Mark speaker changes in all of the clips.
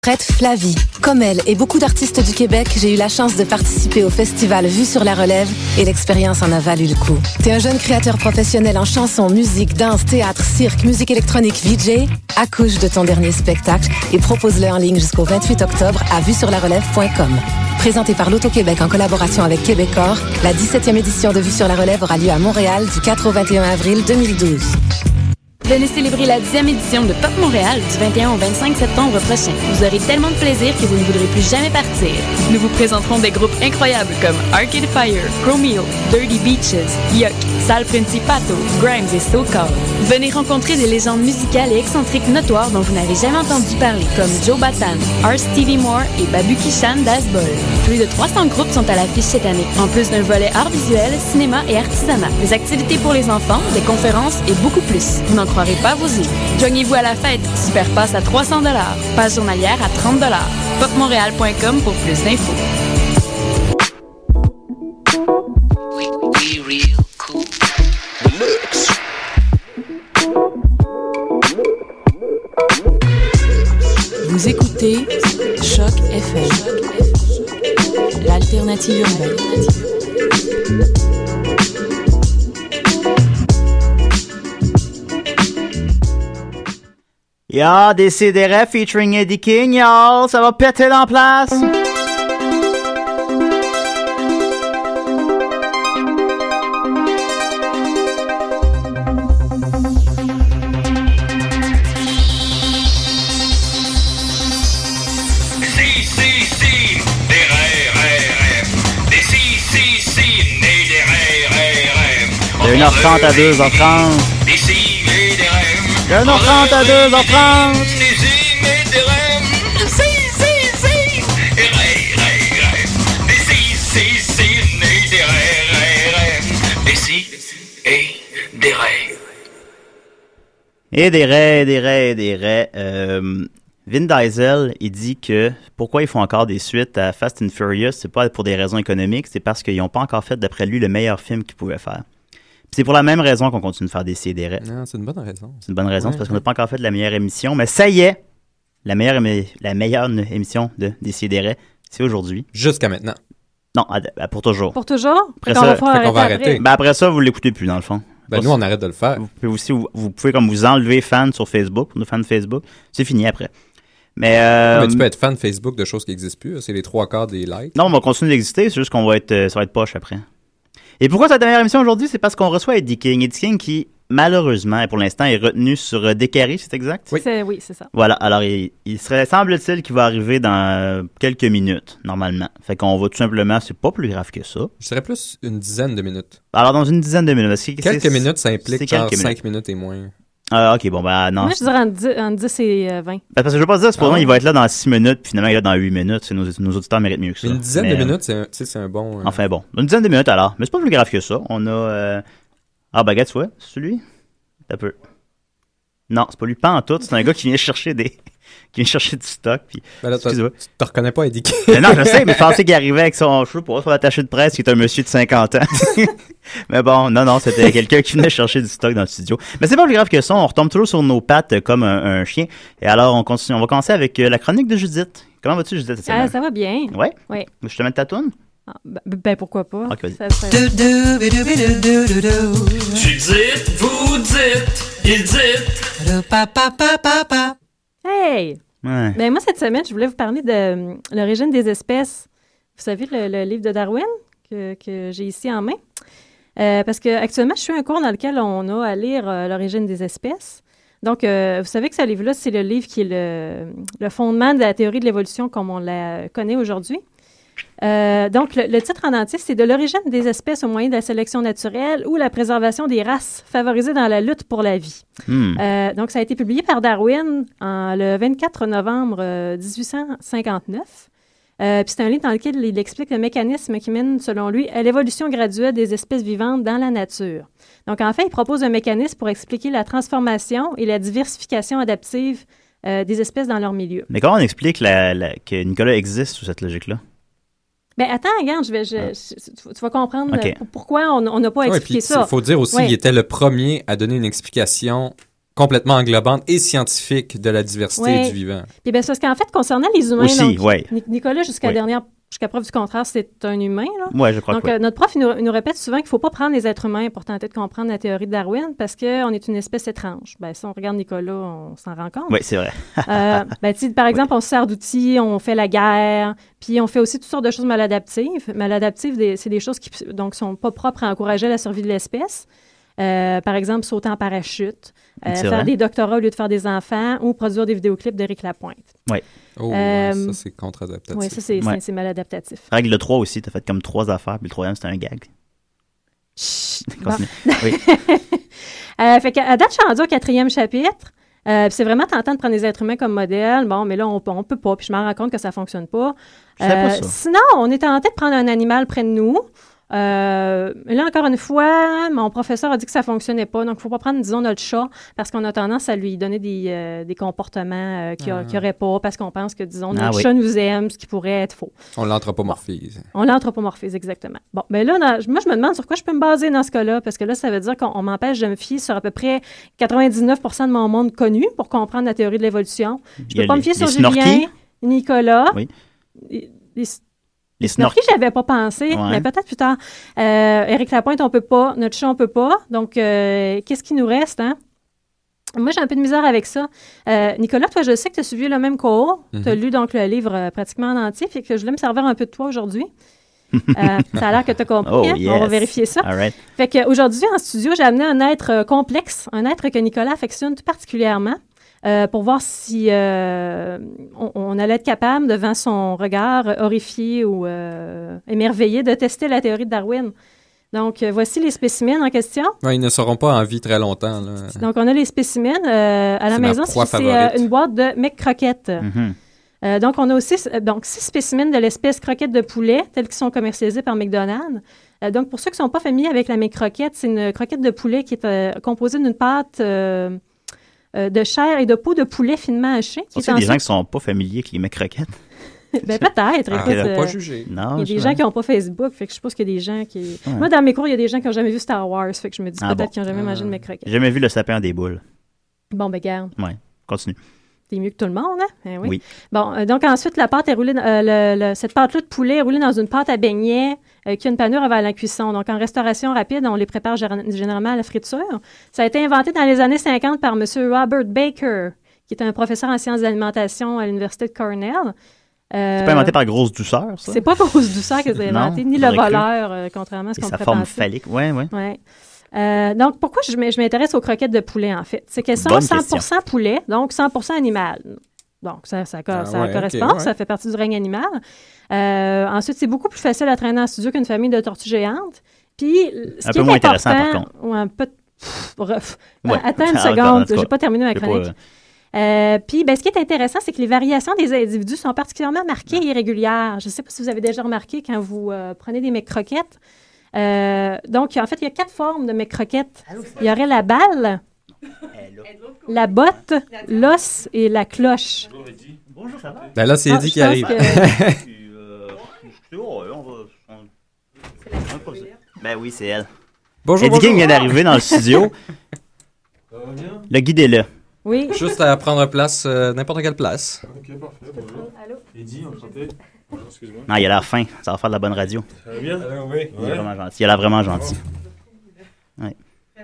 Speaker 1: Flavie. Comme elle et beaucoup d'artistes du Québec, j'ai eu la chance de participer au festival Vue sur la relève et l'expérience en a valu le coup. T'es un jeune créateur professionnel en chanson, musique, danse, théâtre, cirque, musique électronique, VJ? Accouche de ton dernier spectacle et propose-le en ligne jusqu'au 28 octobre à vuesurlarelève.com. Présenté par l'Auto-Québec en collaboration avec Québecor, la 17e édition de Vue sur la relève aura lieu à Montréal du 4 au 21 avril 2012.
Speaker 2: Venez célébrer la 10e édition de Pop Montréal du 21 au 25 septembre prochain. Vous aurez tellement de plaisir que vous ne voudrez plus jamais partir. Nous vous présenterons des groupes incroyables comme Arcade Fire, Chromeo, Dirty Beaches, Yuck, Sal Principato, Grimes et So Called. Venez rencontrer des légendes musicales et excentriques notoires dont vous n'avez jamais entendu parler, comme Joe Batan, R. Stevie Moore et Babu Kishan Dasbol. Plus de 300 groupes sont à l'affiche cette année, en plus d'un volet art visuel, cinéma et artisanat, des activités pour les enfants, des conférences et beaucoup plus. Vous n'en croirez pas vos yeux. Joignez-vous à la fête. Super passe à 300 $. Passe journalière à 30 $. popmontréal.com pour plus d'infos.
Speaker 3: Vous écoutez Choc FM, l'alternative urbaine.
Speaker 4: Y'a des CDR featuring Eddie King, y'all. Ça va péter dans place. De 1h30 à 2h30. De 1h30 à 2h30. Et des raies. Vin Diesel, il dit que pourquoi ils font encore des suites à Fast and Furious, c'est pas pour des raisons économiques, c'est parce qu'ils n'ont pas encore fait, d'après lui, le meilleur film qu'ils pouvaient faire. Puis c'est pour la même raison qu'on continue de faire des CDR.
Speaker 5: Non, c'est une bonne raison.
Speaker 4: C'est une bonne raison, c'est parce qu'on n'a pas encore fait de la meilleure émission, mais ça y est, la meilleure émission de des CDR, c'est aujourd'hui.
Speaker 5: Jusqu'à maintenant.
Speaker 4: Non, pour toujours.
Speaker 6: Pour toujours?
Speaker 4: Après
Speaker 6: ça,
Speaker 4: on
Speaker 5: va arrêter.
Speaker 4: Ben après ça, vous l'écoutez plus, dans le fond.
Speaker 5: Ben nous, on arrête de le faire.
Speaker 4: Vous pouvez aussi, vous pouvez comme vous enlever fan sur Facebook, nos fans de Facebook. C'est fini après. Mais
Speaker 5: tu peux être fan de Facebook de choses qui n'existent plus. C'est les 3/4 des likes.
Speaker 4: Non, on va continuer d'exister. C'est juste qu'on va être, ça va être poche après. Et pourquoi c'est la dernière émission aujourd'hui? C'est parce qu'on reçoit Eddie King. Eddie King qui, malheureusement, et pour l'instant, est retenu sur Décarré, c'est exact?
Speaker 6: Oui, c'est ça.
Speaker 4: Voilà. Alors, il serait, semble-t-il, qu'il va arriver dans quelques minutes, normalement. Fait qu'on va tout simplement, c'est pas plus grave que ça.
Speaker 5: Je dirais plus une dizaine de minutes.
Speaker 4: Alors, dans une dizaine de minutes.
Speaker 5: Quelques minutes, ça implique genre 5 minutes et moins.
Speaker 4: Ah, ok, bon, ben, non.
Speaker 6: Moi, je dirais en 10 et 20.
Speaker 4: Parce que je veux pas dire, supposons, il va être là dans 6 minutes, puis finalement, il est là dans 8 minutes. Nos auditeurs méritent mieux que ça.
Speaker 5: Une dizaine de minutes, c'est un bon...
Speaker 4: Enfin, bon. Une dizaine de minutes, alors. Mais c'est pas plus grave que ça. On a... Ah, baguette, tu vois, c'est celui? T'as peu. Non, c'est pas lui, pas en tout. C'est un gars qui vient chercher du stock. Puis,
Speaker 5: ben là, tu te reconnais pas, Eddie King.
Speaker 4: Non, je sais, mais je pensais qu'il arrivait avec son cheveu pour son attaché de presse, qui est un monsieur de 50 ans. Mais bon, non, c'était quelqu'un qui venait chercher du stock dans le studio. Mais c'est pas plus grave que ça. On retombe toujours sur nos pattes comme un chien. Et alors, on continue. On va commencer avec la chronique de Judith. Comment vas-tu, Judith?
Speaker 6: Ça va bien.
Speaker 4: Ouais?
Speaker 6: Oui.
Speaker 4: Je te mets ta toune?
Speaker 6: Ah, ben, pourquoi pas?
Speaker 4: Ok, vas-y.
Speaker 7: Judith, vous dites, il dit.
Speaker 6: Hey!
Speaker 4: Ouais.
Speaker 6: Ben, moi, cette semaine, je voulais vous parler de l'origine des espèces. Vous savez, le livre de Darwin que j'ai ici en main. Parce qu'actuellement, je suis un cours dans lequel on a à lire l'origine des espèces. Donc, vous savez que ce livre-là, c'est le livre qui est le fondement de la théorie de l'évolution comme on la connaît aujourd'hui. Donc, le titre en entier, c'est « De l'origine des espèces au moyen de la sélection naturelle ou la préservation des races favorisées dans la lutte pour la vie ». Donc, ça a été publié par Darwin le 24 novembre 1859. Puis c'est un livre dans lequel il explique le mécanisme qui mène, selon lui, à l'évolution graduelle des espèces vivantes dans la nature. Donc, en fait, il propose un mécanisme pour expliquer la transformation et la diversification adaptive des espèces dans leur milieu.
Speaker 4: Mais comment on explique que Nicolas existe sous cette logique-là?
Speaker 6: Ben attends, regarde, tu vas comprendre pourquoi on n'a pas expliqué ça.
Speaker 5: Il faut dire aussi qu'il était le premier à donner une explication complètement englobante et scientifique de la diversité
Speaker 6: Ouais.
Speaker 5: du vivant.
Speaker 6: Puis ben, c'est parce qu'en fait, concernant les humains,
Speaker 4: Aussi,
Speaker 6: donc,
Speaker 4: ouais.
Speaker 6: Nicolas,
Speaker 4: Oui.
Speaker 6: jusqu'à preuve du contraire, c'est un humain. Là.
Speaker 4: Ouais, je crois
Speaker 6: Donc,
Speaker 4: que oui.
Speaker 6: notre prof, il nous répète souvent qu'il ne faut pas prendre les êtres humains pour tenter de comprendre la théorie de Darwin parce qu'on est une espèce étrange. Ben, si on regarde Nicolas, on s'en rend compte.
Speaker 4: Oui, c'est vrai.
Speaker 6: Ben, tu sais, par exemple, on se sert d'outils, on fait la guerre, puis on fait aussi toutes sortes de choses maladaptives. Maladaptives, c'est des choses qui donc sont pas propres à encourager la survie de l'espèce. Par exemple, sauter en parachute,
Speaker 4: C'est
Speaker 6: faire
Speaker 4: vrai.
Speaker 6: des doctorats au lieu de faire des enfants ou produire des vidéoclips d'Éric Lapointe.
Speaker 5: Oh, ouais,
Speaker 6: Euh,
Speaker 5: ça, c'est contre-adaptatif.
Speaker 6: Oui, ça, c'est
Speaker 4: Ouais.
Speaker 6: c'est maladaptatif.
Speaker 4: Règle 3 aussi, t'as fait comme 3 affaires, puis le troisième, c'était un gag.
Speaker 6: Chut.
Speaker 4: Continue.
Speaker 6: Bon.
Speaker 4: Oui.
Speaker 6: Fait qu'à date, je suis rendue au 4e chapitre. Puis c'est vraiment tentant de prendre les êtres humains comme modèle. Bon, mais là, on peut pas. Puis je me rends compte que ça fonctionne pas.
Speaker 4: Je savais pas ça.
Speaker 6: Sinon, on est tenté de prendre un animal près de nous. Là, encore une fois, mon professeur a dit que ça fonctionnait pas. Donc, il faut pas prendre, disons, notre chat parce qu'on a tendance à lui donner des comportements qu'il n'y aurait pas parce qu'on pense que, disons, notre
Speaker 4: oui.
Speaker 6: chat nous aime, ce qui pourrait être faux.
Speaker 5: On l'anthropomorphise.
Speaker 6: On l'anthropomorphise, exactement. Bon, ben là, moi, je me demande sur quoi je peux me baser dans ce cas-là, parce que là, ça veut dire qu'on m'empêche de me fier sur à peu près 99% de mon monde connu pour comprendre la théorie de l'évolution. Je
Speaker 4: Il y a
Speaker 6: peux pas me fier
Speaker 4: les
Speaker 6: sur
Speaker 4: Snorky.
Speaker 6: Julien, Nicolas.
Speaker 4: Oui.
Speaker 6: Les
Speaker 4: Les
Speaker 6: Snorky,
Speaker 4: snorks.
Speaker 6: j'avais pas pensé,
Speaker 4: Ouais.
Speaker 6: mais peut-être plus tard. Éric Lapointe, on peut pas. Notre chat, on peut pas. Donc, qu'est-ce qui nous reste, hein? Moi, j'ai un peu de misère avec ça. Nicolas, toi, je sais que tu as suivi le même cours. Tu as lu donc le livre pratiquement en entier, fait que je voulais me servir un peu de toi aujourd'hui. Ça a l'air que tu as compris.
Speaker 4: Oh,
Speaker 6: hein?
Speaker 4: yes.
Speaker 6: On va vérifier ça.
Speaker 4: All right.
Speaker 6: Fait qu'aujourd'hui, en studio, j'ai amené un être complexe, un être que Nicolas affectionne tout particulièrement, pour voir si on allait être capable, devant son regard horrifié ou émerveillé, de tester la théorie de Darwin. Donc, voici les spécimens en question.
Speaker 5: Ouais, ils ne seront pas en vie très longtemps. Là.
Speaker 6: Donc, on a les spécimens. À la
Speaker 5: C'est ma
Speaker 6: maison,
Speaker 5: proie
Speaker 6: c'est
Speaker 5: favorite.
Speaker 6: une boîte de mecs croquettes.
Speaker 4: Mhm.
Speaker 6: Donc, on a aussi 6 spécimens de l'espèce croquette de poulet, tels qu'ils sont commercialisés par McDonald's. Donc, pour ceux qui ne sont pas familiers avec la croquette, c'est une croquette de poulet qui est composée d'une pâte de chair et de peau de poulet finement hachée.
Speaker 4: Il y a des gens qui sont pas familiers avec les mecs croquettes.
Speaker 6: Ben, peut-être.
Speaker 5: Ah,
Speaker 6: Écoute,
Speaker 5: faut pas juger.
Speaker 4: Non,
Speaker 6: il y a des gens qui n'ont pas Facebook, fait que je suppose qu'il y a des gens qui...
Speaker 4: Ouais.
Speaker 6: Moi, dans mes cours, il y a des gens qui n'ont jamais vu Star Wars, fait que je me dis
Speaker 4: Ah
Speaker 6: peut-être
Speaker 4: bon.
Speaker 6: qu'ils n'ont jamais mangé de mes croquettes.
Speaker 4: J'ai jamais vu le sapin des boules.
Speaker 6: Bon, ben, garde.
Speaker 4: Continue.
Speaker 6: T'es mieux que tout le monde, hein? Oui.
Speaker 4: Oui.
Speaker 6: Bon, donc ensuite, la pâte est roulée, cette pâte-là de poulet est roulée dans une pâte à beignets qui a une panure avant la cuisson. Donc, en restauration rapide, on les prépare généralement à la friture. Ça a été inventé dans les années 50 par M. Robert Baker, qui est un professeur en sciences de l'alimentation à l'université de Cornell.
Speaker 4: C'est pas inventé par grosse douceur, ça?
Speaker 6: C'est pas Grosse Douceur que c'est
Speaker 4: Non,
Speaker 6: inventé, ni le
Speaker 4: j'aurais cru.
Speaker 6: voleur, contrairement à ce
Speaker 4: Et
Speaker 6: qu'on
Speaker 4: sa
Speaker 6: pourrait
Speaker 4: forme
Speaker 6: penser.
Speaker 4: phallique. Ouais.
Speaker 6: Ouais. Donc, pourquoi je m'intéresse aux croquettes de poulet, en fait? C'est qu'elles sont
Speaker 4: Bonne
Speaker 6: 100% poulet, donc 100% animal. Donc, ça
Speaker 5: ouais,
Speaker 6: correspond,
Speaker 5: ok, ouais.
Speaker 6: ça fait partie du règne animal. Ensuite, c'est beaucoup plus facile à traîner en studio qu'une famille de tortues géantes. Puis, ce
Speaker 4: Un
Speaker 6: qui
Speaker 4: peu
Speaker 6: est
Speaker 4: moins
Speaker 6: important,
Speaker 4: intéressant, par contre.
Speaker 6: Ouais, un peu... Pff, bref.
Speaker 4: Ouais.
Speaker 6: Attends une
Speaker 4: En tout
Speaker 6: seconde,
Speaker 4: cas,
Speaker 6: j'ai pas terminé ma
Speaker 4: y a pas,
Speaker 6: chronique. Puis, ce qui est intéressant, c'est que les variations des individus sont particulièrement marquées et irrégulières. Je ne sais pas si vous avez déjà remarqué quand vous prenez des mecs croquettes. Donc, en fait, il y a 4 formes de mecs croquettes. Il y aurait la balle, la botte, l'os et la cloche.
Speaker 4: Bonjour, ça va?
Speaker 5: Ben là, c'est Eddie
Speaker 6: je
Speaker 5: qui
Speaker 6: pense
Speaker 5: arrive.
Speaker 4: Ben oui, c'est elle.
Speaker 5: Bonjour,
Speaker 4: Eddie King
Speaker 5: bonjour.
Speaker 4: vient d'arriver dans le studio. Le guide est là.
Speaker 6: Oui.
Speaker 5: Juste à prendre place, n'importe quelle place.
Speaker 8: Ok, parfait, bonjour.
Speaker 6: Allô?
Speaker 8: Eddie, enchanté. Bonjour, excuse-moi.
Speaker 4: Non, il a l'air fin. Ça va faire de la bonne radio.
Speaker 8: Ça va bien? Oui.
Speaker 4: Il est vraiment gentil. Il a l'air vraiment gentil. Ouais.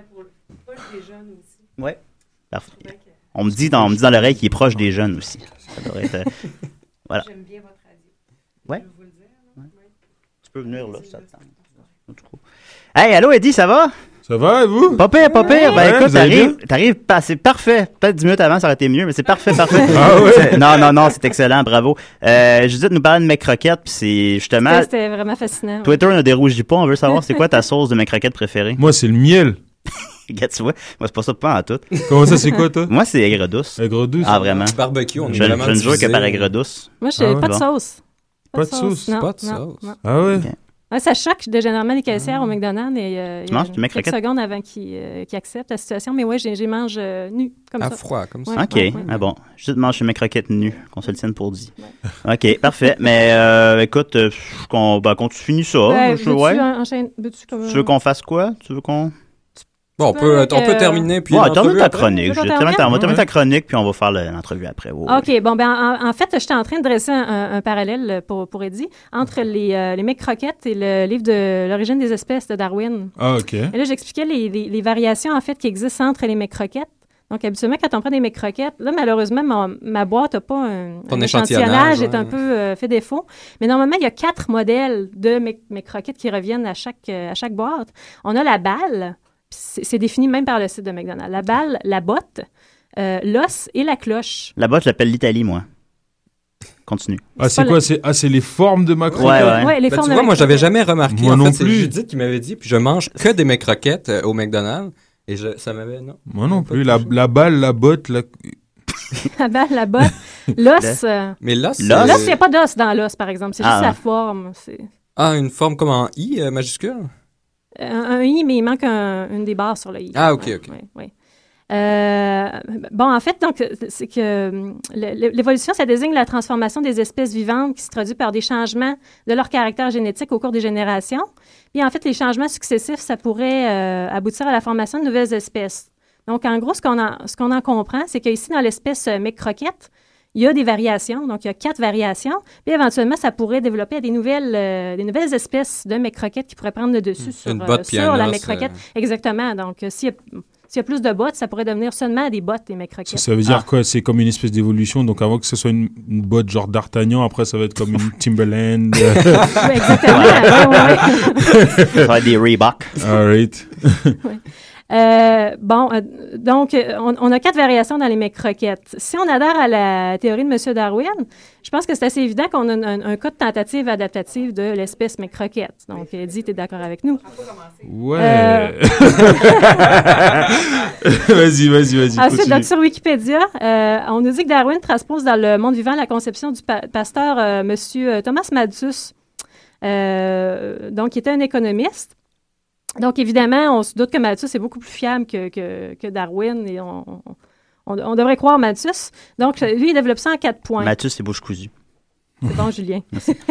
Speaker 4: Ouais. Parfait. On me dit dans l'oreille qu'il est proche des jeunes aussi. Ça devrait être... voilà.
Speaker 9: J'aime bien votre radio.
Speaker 4: Ouais.
Speaker 9: Je veux vous le dire.
Speaker 4: Ouais. Tu peux venir là, ça te tente. Hey, allô Eddie, ça va?
Speaker 8: Ça va, et vous?
Speaker 4: Pas pire, pas pire. Ben
Speaker 8: Ouais,
Speaker 4: écoute,
Speaker 8: vous allez
Speaker 4: t'arrives, c'est parfait. Peut-être 10 minutes avant, ça aurait été mieux, mais c'est parfait.
Speaker 8: Ah ouais?
Speaker 4: Non, c'est excellent, bravo. Judith nous parlait de mes croquettes, puis c'est justement...
Speaker 6: C'était vraiment fascinant.
Speaker 4: Twitter ne dérougit pas, on veut savoir c'est quoi ta sauce de mes croquettes préférée?
Speaker 8: Moi, c'est le miel.
Speaker 4: Regarde, tu vois, moi c'est pas ça pas en tout.
Speaker 8: Comment ça, c'est quoi, toi?
Speaker 4: Moi c'est aigre douce.
Speaker 8: Aigre douce?
Speaker 4: Ah vraiment?
Speaker 5: Barbecue, on est
Speaker 4: Je
Speaker 5: vraiment
Speaker 4: ne jure que
Speaker 5: divisé.
Speaker 4: par aigre douce.
Speaker 6: Moi, je
Speaker 8: Ah
Speaker 6: pas de
Speaker 4: ouais.
Speaker 6: sauce.
Speaker 8: Pas de sauce?
Speaker 6: Non,
Speaker 5: Pas de
Speaker 6: non,
Speaker 5: sauce.
Speaker 6: non.
Speaker 8: Ah ouais?
Speaker 4: Ok.
Speaker 6: Ouais, ça choque généralement les caissières au McDonald's et il y a
Speaker 4: manges du mec
Speaker 6: quelques
Speaker 4: croquette?
Speaker 6: secondes avant qu'ils acceptent la situation. Mais ouais, j'ai mange nu, comme
Speaker 5: À
Speaker 6: ça.
Speaker 5: froid, comme ça.
Speaker 6: Ouais.
Speaker 4: Ok, ah bon. Judith mange mes croquettes nues, qu'on se le tienne pour dit. Ok, parfait. Mais écoute, quand tu finis ça,
Speaker 6: Ouais,
Speaker 4: veux-tu
Speaker 6: veux-tu comme
Speaker 4: qu'on fasse quoi? Tu veux qu'on...
Speaker 5: Bon, on peut terminer, puis
Speaker 4: Ouais, termine ta
Speaker 5: après.
Speaker 4: chronique. On va terminer ta chronique, puis on va faire l'entrevue après.
Speaker 6: OK, bon, ben en fait, j'étais en train de dresser un parallèle pour Eddie entre les mecs croquettes et le livre de l'origine des espèces de Darwin.
Speaker 8: Ah, OK.
Speaker 6: Et là, j'expliquais les variations, en fait, qui existent entre les mecs croquettes. Donc, habituellement, quand on prend des mecs croquettes, là, malheureusement, ma boîte n'a pas un échantillonnage, est un peu fait défaut. Mais normalement, il y a 4 modèles de mecs croquettes qui reviennent à chaque boîte. On a la balle, c'est défini même par le site de McDonald's. La balle, la botte, l'os et la cloche.
Speaker 4: La botte, je l'appelle l'Italie, moi. Continue.
Speaker 8: Ah, c'est quoi? C'est les formes de ma croquette?
Speaker 6: Ouais, les
Speaker 5: Ben,
Speaker 6: formes
Speaker 5: tu
Speaker 6: de
Speaker 5: vois, moi,
Speaker 6: mecs
Speaker 5: j'avais
Speaker 6: croquettes.
Speaker 5: jamais remarqué.
Speaker 8: Moi
Speaker 5: en
Speaker 8: non
Speaker 5: fait, c'est
Speaker 8: plus.
Speaker 5: Judith qui m'avait dit, puis je mange que des mecs croquettes au McDonald's. Et ça m'avait, non.
Speaker 8: Moi non plus. La balle, la botte, la...
Speaker 6: La balle, la botte, l'os.
Speaker 5: Mais l'os,
Speaker 6: L'os, il n'y a pas d'os dans l'os, par exemple. C'est juste
Speaker 4: Ah.
Speaker 6: la forme.
Speaker 5: Ah, une forme comme en I majuscule?
Speaker 6: Un I, mais il manque une des barres sur le I.
Speaker 5: Ah, OK.
Speaker 6: Ouais. Bon, en fait, donc, c'est que l'évolution, ça désigne la transformation des espèces vivantes qui se traduit par des changements de leur caractère génétique au cours des générations. Puis, en fait, les changements successifs, ça pourrait aboutir à la formation de nouvelles espèces. Donc, en gros, ce qu'on en comprend, c'est qu'ici, dans l'espèce mec croquette, il y a des variations. Donc, il y a 4 variations. Puis, éventuellement, ça pourrait développer des nouvelles espèces de mec croquettes qui pourraient prendre le dessus sur la mec croquette. Exactement. Donc, s'il y a plus de bottes, ça pourrait devenir seulement des bottes, les mecs croquettes.
Speaker 8: Ça veut dire quoi? C'est comme une espèce d'évolution. Donc, avant que ce soit une botte genre d'Artagnan, après, ça va être comme une Timberland.
Speaker 6: Oui, exactement. Ouais.
Speaker 4: Ça va être des Reebok.
Speaker 8: All right.
Speaker 6: Donc, on a 4 variations dans les mecs croquettes. Si on adhère à la théorie de M. Darwin, je pense que c'est assez évident qu'on a un cas de tentative adaptative de l'espèce mec croquette. Donc, Eddie, tu es d'accord avec nous?
Speaker 8: Ouais. Vas-y.
Speaker 6: Ensuite,
Speaker 8: continue.
Speaker 6: donc, sur Wikipédia, on nous dit que Darwin transpose dans le monde vivant la conception du pasteur M. Thomas Malthus, donc, qui était un économiste. Donc, évidemment, on se doute que Malthus est beaucoup plus fiable que Darwin et on devrait croire Malthus. Donc, lui, il développe ça en 4 points.
Speaker 4: Mathieu, c'est bouche cousue.
Speaker 6: C'est bon, Julien.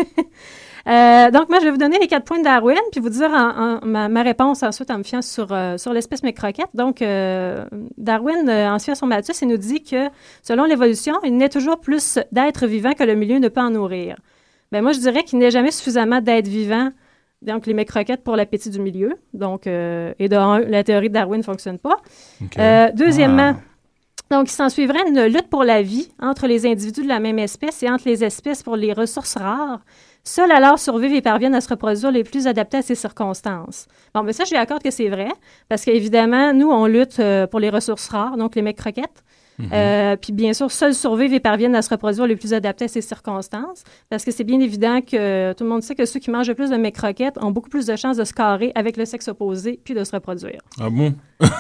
Speaker 6: Donc, moi, je vais vous donner les 4 points de Darwin, puis vous dire ma réponse ensuite en me fiant sur l'espèce mec croquette. Donc, Darwin, en se fiant sur Malthus, il nous dit que, selon l'évolution, il naît toujours plus d'êtres vivants que le milieu ne peut en nourrir. Bien, moi, je dirais qu'il n'est jamais suffisamment d'êtres vivants, donc les mecs croquettes, pour l'appétit du milieu. Donc, et de un, la théorie de Darwin ne fonctionne pas. Okay. Deuxièmement, donc, il s'en suivrait une lutte pour la vie entre les individus de la même espèce et entre les espèces pour les ressources rares. Seuls alors survivent et parviennent à se reproduire les plus adaptés à ces circonstances. Bon, mais ça, je lui accorde que c'est vrai, parce qu'évidemment, nous, on lutte pour les ressources rares, donc les mecs croquettes. Puis bien sûr, seuls survivent et parviennent à se reproduire les plus adaptés à ces circonstances, parce que c'est bien évident que tout le monde sait que ceux qui mangent le plus de mecs croquettes ont beaucoup plus de chances de se carrer avec le sexe opposé puis de se reproduire.
Speaker 8: Ah bon?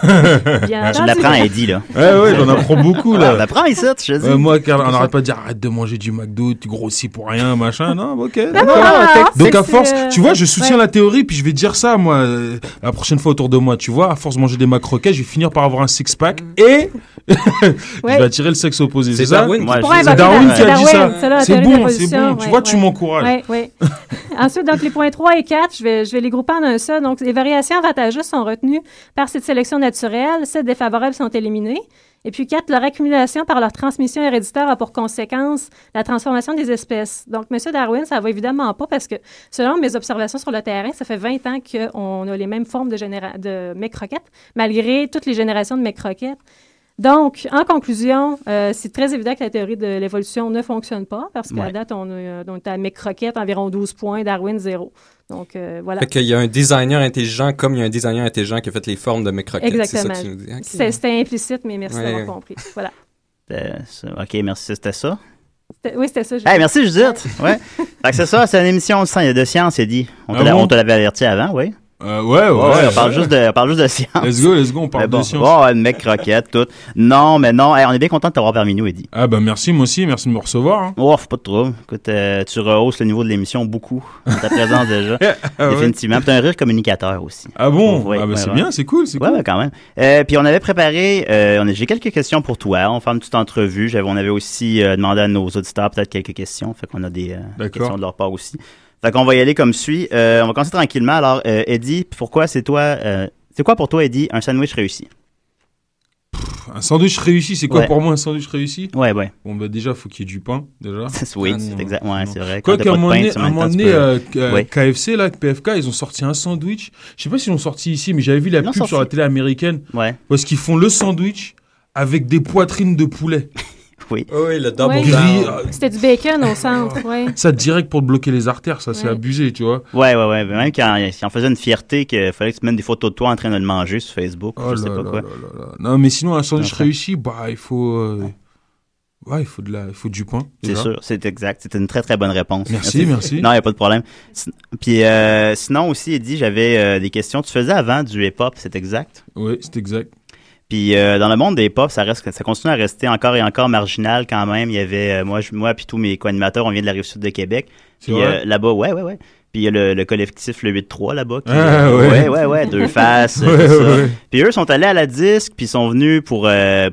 Speaker 6: Bien
Speaker 4: tu l'apprends à Eddie, là.
Speaker 8: Ouais, j'en apprends beaucoup, là.
Speaker 4: On l'apprend ici, je te dis.
Speaker 8: Moi, on n'arrête pas de dire arrête de manger du McDo, tu grossis pour rien, machin. Non, ok.
Speaker 6: Donc,
Speaker 8: à force, tu vois, je soutiens la théorie, puis je vais dire ça, moi, la prochaine fois autour de moi, tu vois, à force de manger des croquettes, je vais finir par avoir un six-pack et je vais attirer le sexe opposé. C'est ça?
Speaker 5: Darwin,
Speaker 8: c'est Darwin qui a dit ça. C'est bon. Tu vois, tu
Speaker 6: Ouais.
Speaker 8: m'encourages.
Speaker 6: Oui. Ensuite, donc, les points 3 et 4, je vais les grouper en un seul. Donc, les variations avantageuses sont retenues par cette sélection naturelle. Celles défavorables sont éliminées. Et puis 4, leur accumulation par leur transmission héréditaire a pour conséquence la transformation des espèces. Donc, M. Darwin, ça va évidemment pas parce que, selon mes observations sur le terrain, ça fait 20 ans qu'on a les mêmes formes de mecs croquettes, malgré toutes les générations de mecs croquettes. Donc, en conclusion, c'est très évident que la théorie de l'évolution ne fonctionne pas parce qu'à date, on est à mecs croquettes, environ 12 points, Darwin 0. Donc, voilà.
Speaker 5: Fait qu'il y a un designer intelligent comme il y a un designer intelligent qui a fait les formes de mecs croquettes.
Speaker 6: Exactement.
Speaker 5: C'est ça que tu nous dis. Okay.
Speaker 6: C'était implicite, mais merci d'avoir compris. Voilà.
Speaker 4: OK, merci. C'était ça?
Speaker 6: Oui, c'était ça.
Speaker 4: Hey, merci, Judith. Ouais. Fait que c'est ça, c'est une émission de science, Eddie. On te l'avait averti avant, oui.
Speaker 8: Ouais.
Speaker 4: On parle juste de science.
Speaker 8: Let's go, on parle de science.
Speaker 4: Bon, mec croquette, tout. Non, mais non. Hey, on est bien content de t'avoir parmi nous, Eddie.
Speaker 8: Ah, ben merci, moi aussi. Merci de me recevoir. Hein.
Speaker 4: Oh, faut pas de trouble. Écoute, tu rehausses le niveau de l'émission beaucoup. Ta présence déjà. Définitivement. Puis t'as un rire communicateur aussi.
Speaker 8: Ah bon? C'est bien, c'est cool.
Speaker 4: Ouais, quand même. Puis on avait préparé, j'ai quelques questions pour toi. On va faire une petite entrevue. On avait aussi demandé à nos auditeurs peut-être quelques questions. Fait qu'on a des questions de leur part aussi. Fait qu'on va y aller comme suit. On va commencer tranquillement. Alors, Eddie, pourquoi c'est toi, C'est quoi pour toi, Eddie, un sandwich réussi?
Speaker 8: Un sandwich réussi, c'est quoi
Speaker 4: Ouais.
Speaker 8: pour moi un sandwich réussi?
Speaker 4: Ouais.
Speaker 8: Bon, bah déjà, faut qu'il y ait du pain, déjà.
Speaker 4: Oui,
Speaker 8: Ah,
Speaker 4: c'est
Speaker 8: non,
Speaker 4: exact. Ouais,
Speaker 8: non.
Speaker 4: c'est vrai.
Speaker 8: Quoi
Speaker 4: Quand
Speaker 8: qu'à
Speaker 4: t'as
Speaker 8: un
Speaker 4: pas de
Speaker 8: moment
Speaker 4: pain,
Speaker 8: donné,
Speaker 4: tu- en même temps, tu peux- Oui.
Speaker 8: KFC, là, PFK, ils ont sorti un sandwich. Je sais pas s'ils l'ont sorti ici, mais j'avais vu la
Speaker 4: Ils l'ont
Speaker 8: pub sur la
Speaker 4: sorti.
Speaker 8: télé américaine.
Speaker 4: Ouais.
Speaker 8: Parce qu'ils font le sandwich avec des poitrines de poulet.
Speaker 4: Oui.
Speaker 5: Oui, le double
Speaker 6: Ouais.
Speaker 8: Grillé,
Speaker 5: down.
Speaker 6: C'était du bacon au centre, ouais.
Speaker 8: ça direct pour te bloquer les artères, ça c'est
Speaker 6: Ouais.
Speaker 8: abusé, tu vois.
Speaker 4: Ouais. Même quand il en faisait une fierté qu'il fallait que tu mettes des photos de toi en train de le manger sur Facebook,
Speaker 8: Oh
Speaker 4: je sais
Speaker 8: là
Speaker 4: pas
Speaker 8: là
Speaker 4: quoi.
Speaker 8: là là là. Non, mais sinon, un sandwich
Speaker 4: Enfin.
Speaker 8: réussi, bah, il faut. Ouais, il faut du pain.
Speaker 4: C'est
Speaker 8: déjà.
Speaker 4: sûr, c'est exact. C'était une très très bonne réponse.
Speaker 8: Merci.
Speaker 4: Non, il n'y a pas de problème. Puis sinon aussi, Eddie, j'avais des questions. Tu faisais avant du hip-hop, c'est exact?
Speaker 8: Oui, c'est exact.
Speaker 4: Puis dans le monde des hip-hop, ça continue à rester encore et encore marginal quand même. Il y avait moi puis tous mes co-animateurs, on vient de la Rive-Sud de Québec.
Speaker 8: C'est
Speaker 4: Puis
Speaker 8: vrai?
Speaker 4: là-bas, ouais. Puis il y a le collectif le 8-3 là-bas.
Speaker 8: Ouais.
Speaker 4: Deux faces.
Speaker 8: Ouais,
Speaker 4: tout ça.
Speaker 8: ouais.
Speaker 4: Puis eux sont allés à la disque, puis ils sont venus pour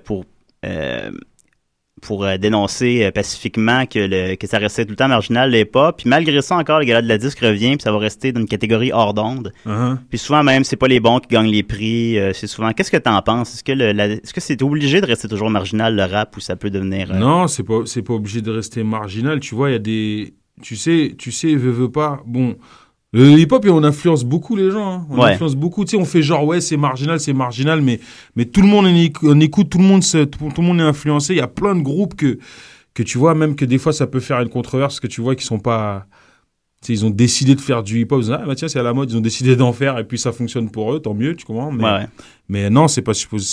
Speaker 4: dénoncer pacifiquement que ça restait tout le temps marginal, les hip-hop. Puis malgré ça, encore, le gala de la disque revient, puis ça va rester dans une catégorie hors d'onde.
Speaker 8: Uh-huh.
Speaker 4: Puis souvent même, c'est pas les bons qui gagnent les prix. C'est souvent. Qu'est-ce que t'en penses? Est-ce que c'est obligé de rester toujours marginal, le rap, ou ça peut devenir...
Speaker 8: Non, c'est pas obligé de rester marginal. Tu vois, il y a des. Tu sais, veux pas. Bon. Le hip-hop, on influence beaucoup les gens. Hein. On
Speaker 4: Ouais.
Speaker 8: influence beaucoup. Tu sais, on fait genre, ouais, c'est marginal, mais tout le monde on écoute, tout le monde est influencé. Il y a plein de groupes que tu vois, même que des fois, ça peut faire une controverse, que tu vois qu'ils sont pas. Tu sais, ils ont décidé de faire du hip-hop. Ils disent, ah, bah tiens, c'est à la mode. Ils ont décidé d'en faire et puis ça fonctionne pour eux, tant mieux, tu comprends.
Speaker 4: Ouais.
Speaker 8: Mais non, c'est pas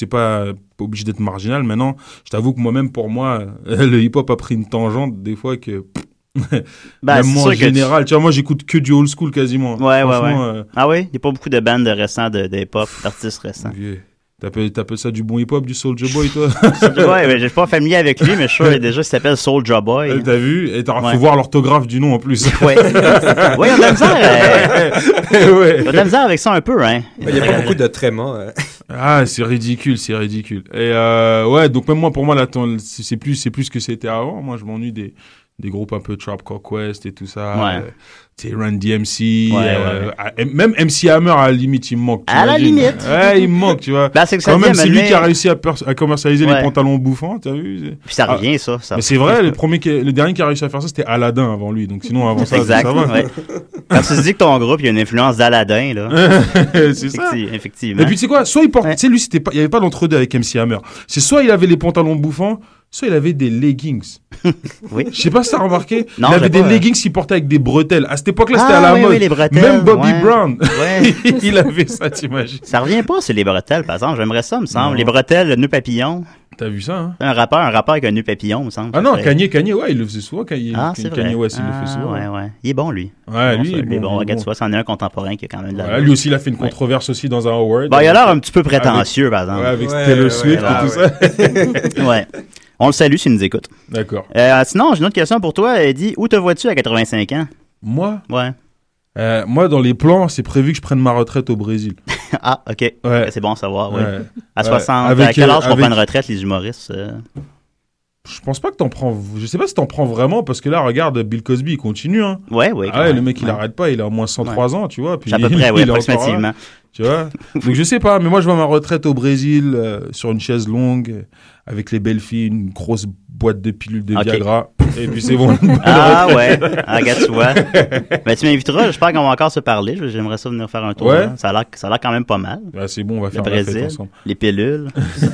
Speaker 8: obligé d'être marginal. Maintenant, je t'avoue que moi-même, pour moi, le hip-hop a pris une tangente des fois que.
Speaker 4: Ben,
Speaker 8: Même
Speaker 4: c'est
Speaker 8: moi
Speaker 4: sûr
Speaker 8: en
Speaker 4: que
Speaker 8: général, tu vois, moi j'écoute que du old school quasiment.
Speaker 4: Ouais.
Speaker 8: Franchement,
Speaker 4: Ah oui? Il n'y a pas beaucoup de bandes récents de hip-hop, d'artistes récents.
Speaker 8: T'appelles ça du bon hip-hop, du Soulja Boy, toi?
Speaker 4: Ouais, mais je suis pas familier avec lui, mais je suis sûr déjà il s'appelle Soulja Boy.
Speaker 8: T'as vu? Et faut
Speaker 4: Ouais.
Speaker 8: voir l'orthographe du nom en plus.
Speaker 4: Ouais. Ouais, on a de la misère.
Speaker 8: Ouais.
Speaker 4: On a de la misère avec ça un peu, hein.
Speaker 5: Il n'y a pas beaucoup de trémas.
Speaker 8: Ah, c'est ridicule. Et ouais, donc même moi, pour moi, là, c'est plus ce que c'était avant. Moi, je m'ennuie des groupes un peu Trap Call Quest et tout ça.
Speaker 4: Ouais.
Speaker 8: Tu sais, Run DMC.
Speaker 4: Ouais.
Speaker 8: Même MC Hammer, à la limite, il me manque.
Speaker 4: À la
Speaker 8: t'imagines?
Speaker 4: limite.
Speaker 8: Ouais, il me manque, tu vois.
Speaker 4: Ben, c'est que ça
Speaker 8: Quand même,
Speaker 4: devient
Speaker 8: c'est lui
Speaker 4: maintenant-
Speaker 8: qui a réussi à commercialiser
Speaker 4: Ouais.
Speaker 8: les pantalons bouffants, t'as vu?
Speaker 4: Puis ça revient, ça.
Speaker 8: Mais c'est vrai, le dernier qui a réussi à faire ça, c'était Aladdin avant lui. Donc sinon, avant ça,
Speaker 4: Exact.
Speaker 8: ça va.
Speaker 4: Ouais. Quand tu te dis que ton groupe, il y a une influence d'Aladin, là.
Speaker 8: C'est ça.
Speaker 4: Effectivement.
Speaker 8: Et puis tu sais quoi, soit il porte,
Speaker 4: Ouais.
Speaker 8: tu sais, lui, il n'y avait pas d'entre-deux avec MC Hammer. C'est soit il avait les pantalons bouffants, soit il avait des leggings.
Speaker 4: Oui.
Speaker 8: Je sais pas si t'as remarqué.
Speaker 4: Non,
Speaker 8: il avait
Speaker 4: j'ai
Speaker 8: des
Speaker 4: pas,
Speaker 8: leggings qu'il portait avec des bretelles. À cette époque-là, c'était
Speaker 4: Ah,
Speaker 8: à la
Speaker 4: oui,
Speaker 8: mode.
Speaker 4: oui, les bretelles,
Speaker 8: Même Bobby
Speaker 4: ouais.
Speaker 8: Brown.
Speaker 4: Ouais.
Speaker 8: Il avait ça, t'imagines.
Speaker 4: Ça revient pas, c'est les bretelles, par exemple. J'aimerais ça, me semble.
Speaker 8: Non.
Speaker 4: Les bretelles, le nœud papillon.
Speaker 8: T'as vu ça, hein?
Speaker 4: Un rappeur avec un nœud papillon, me semble.
Speaker 8: Ah non,
Speaker 4: Ça serait-
Speaker 8: Kanye, ouais, il le faisait souvent.
Speaker 4: Ah, c'est vrai.
Speaker 8: Kanye West, il le fait souvent.
Speaker 4: Ouais. Il est bon, lui.
Speaker 8: Ouais,
Speaker 4: Bon,
Speaker 8: lui,
Speaker 4: ça,
Speaker 8: il est bon,
Speaker 4: Regarde,
Speaker 8: bon.
Speaker 4: tu vois, c'en est un contemporain qui a quand même de la...
Speaker 8: Voilà, lui aussi, il a fait une
Speaker 4: Ouais.
Speaker 8: controverse aussi dans un award.
Speaker 4: Bon, il a l'air un petit peu prétentieux, par exemple.
Speaker 8: Ouais, avec
Speaker 5: Ouais,
Speaker 8: Taylor
Speaker 5: ouais,
Speaker 8: Swift
Speaker 5: ouais,
Speaker 8: et tout ça.
Speaker 4: Ouais. On le salue s'il nous écoute.
Speaker 8: D'accord.
Speaker 4: Sinon, j'ai une autre question pour toi. Eddie, où te vois-tu à 85 ans?
Speaker 8: Moi,
Speaker 4: Ouais.
Speaker 8: dans les plans, c'est prévu que je prenne ma retraite au Brésil.
Speaker 4: Ah, OK.
Speaker 8: Ouais.
Speaker 4: C'est bon à savoir, oui.
Speaker 8: Ouais.
Speaker 4: À
Speaker 8: Ouais.
Speaker 4: 60,
Speaker 8: Avec,
Speaker 4: à quel âge on
Speaker 8: avec-
Speaker 4: prend une retraite, les humoristes?
Speaker 8: Je pense pas que t'en prends. Je sais pas si t'en prends vraiment parce que là, regarde, Bill Cosby, il continue. Hein.
Speaker 4: Ouais.
Speaker 8: Ah ouais,
Speaker 4: quand même.
Speaker 8: le mec, il
Speaker 4: Ouais.
Speaker 8: arrête pas. Il a au moins 103 ans, tu vois. Puis
Speaker 4: À peu près, oui,
Speaker 8: il est encore là,
Speaker 4: approximativement.
Speaker 8: tu vois. Donc je sais pas, mais moi, je vois ma retraite au Brésil sur une chaise longue avec les belles filles, une grosse boîte de pilules de
Speaker 4: Ok.
Speaker 8: Viagra. Et puis c'est bon.
Speaker 4: Ah ouais, regarde, tu vois. Ben, tu m'inviteras, j'espère qu'on va encore se parler. J'aimerais ça venir faire un tour.
Speaker 8: Ouais.
Speaker 4: Là. Ça a l'air quand même pas mal.
Speaker 8: Ah, c'est bon, on va
Speaker 4: Le
Speaker 8: faire la fête
Speaker 4: Brésil,
Speaker 8: ensemble.
Speaker 4: les pilules.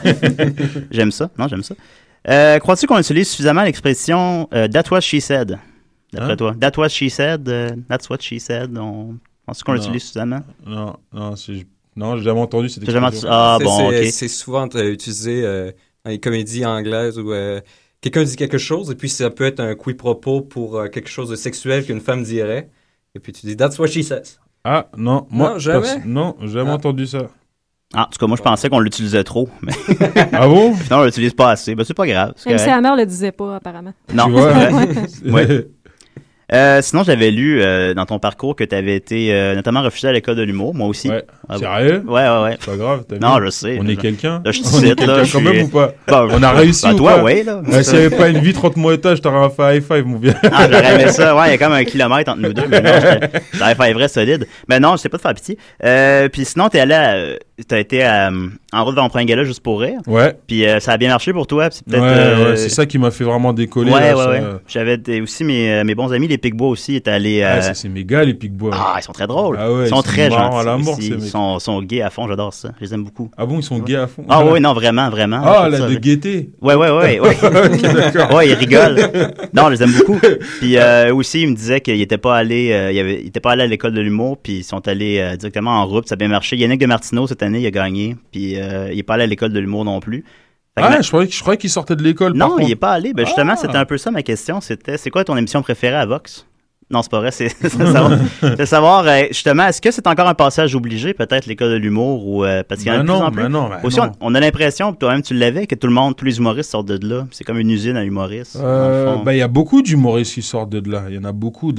Speaker 4: J'aime ça. Non, j'aime ça. Crois-tu qu'on utilise suffisamment l'expression That's what she said? D'après
Speaker 8: Hein?
Speaker 4: toi. That's what she said. That's what she said. Penses-tu qu'on
Speaker 8: Non.
Speaker 4: l'utilise suffisamment?
Speaker 8: Non, j'ai jamais entendu cette
Speaker 4: T'as jamais
Speaker 8: expression.
Speaker 4: Ah bon, ok.
Speaker 5: C'est souvent utilisé dans les comédies anglaises où quelqu'un dit quelque chose et puis ça peut être un quiproquo pour quelque chose de sexuel qu'une femme dirait. Et puis tu dis « That's what she says
Speaker 8: Ah, non, moi,
Speaker 5: Non, jamais?
Speaker 8: Non, jamais
Speaker 5: Ah.
Speaker 8: entendu ça.
Speaker 4: Ah, en tout cas, moi, je pensais qu'on l'utilisait trop. Mais
Speaker 8: Ah bon?
Speaker 4: finalement, on l'utilise pas assez. Ben, c'est pas grave. c'est
Speaker 6: MC
Speaker 4: correct.
Speaker 6: Hammer le disait pas, apparemment.
Speaker 4: Non,
Speaker 8: Tu vois?
Speaker 4: c'est vrai. Sinon, j'avais lu dans ton parcours que tu avais été notamment refusé à l'école de l'humour, moi aussi.
Speaker 8: Ouais.
Speaker 4: Ah, bon.
Speaker 8: Sérieux?
Speaker 4: Ouais.
Speaker 8: C'est pas grave, t'as
Speaker 4: Non,
Speaker 8: vu?
Speaker 4: je sais.
Speaker 8: On est quelqu'un?
Speaker 4: Là, je te
Speaker 8: On est
Speaker 4: cite,
Speaker 8: quelqu'un
Speaker 4: là. je
Speaker 8: quand
Speaker 4: suis-
Speaker 8: même ou pas?
Speaker 4: Bon,
Speaker 8: On a réussi
Speaker 4: ben,
Speaker 8: ou
Speaker 4: toi,
Speaker 8: pas?
Speaker 4: ouais, là.
Speaker 8: S'il n'y avait pas une vitre entre moi et toi, je t'aurais fait un high five, mon vieux.
Speaker 4: Ah, j'aurais aimé ça. Ouais, il y a comme 1 kilomètre entre nous deux. Mais non, j'aurais fait vrai solide. Mais non, je sais pas te faire pitié. Puis sinon, t'es allé t'as été en route vers mon premier gala juste pour rire.
Speaker 8: Ouais.
Speaker 4: Puis ça a bien marché pour toi. C'est peut-être.
Speaker 8: Ouais, c'est ça qui m'a fait vraiment décoller.
Speaker 4: Ouais,
Speaker 8: là,
Speaker 4: ouais.
Speaker 8: ça.
Speaker 4: J'avais aussi mes bons amis, les Picbois aussi, étaient allés.
Speaker 8: C'est mes gars, les Picbois.
Speaker 4: Ah, ils sont très drôles.
Speaker 8: Ah ouais,
Speaker 4: ils sont très
Speaker 8: marrants
Speaker 4: gentils.
Speaker 8: à la mort,
Speaker 4: aussi.
Speaker 8: ces mecs.
Speaker 4: Ils sont gays à fond, j'adore ça. Je les aime beaucoup.
Speaker 8: Ah bon, ils sont gays à fond.
Speaker 4: Ah oui, non, vraiment, vraiment.
Speaker 8: Ah, là, de gaieté.
Speaker 4: Ouais.
Speaker 8: Ok, d'accord.
Speaker 4: Ouais, ils rigolent. Non, je les aime beaucoup. Puis aussi, ils me disaient qu'ils n'étaient pas allés, ils étaient pas allés à l'école de l'humour, puis ils sont allés directement en route. Ça a bien marché. Yannick Demartino, cette année, il a gagné, puis il n'est pas allé à l'école de l'humour non plus.
Speaker 8: Je croyais qu'il sortait de l'école.
Speaker 4: Non, il n'est pas allé. Ben, justement, c'était un peu ça ma question. C'était, c'est quoi ton émission préférée à Vox? Non, c'est pas vrai. C'est savoir, justement, est-ce que c'est encore un passage obligé, peut-être, l'école de l'humour, ou parce qu'il y en a de plus en plus. Aussi, on a l'impression, puis toi-même tu l'avais, que tous les humoristes sortent de là. C'est comme une usine à humoristes.
Speaker 8: Il y a beaucoup d'humoristes qui sortent de là. Il y en a beaucoup.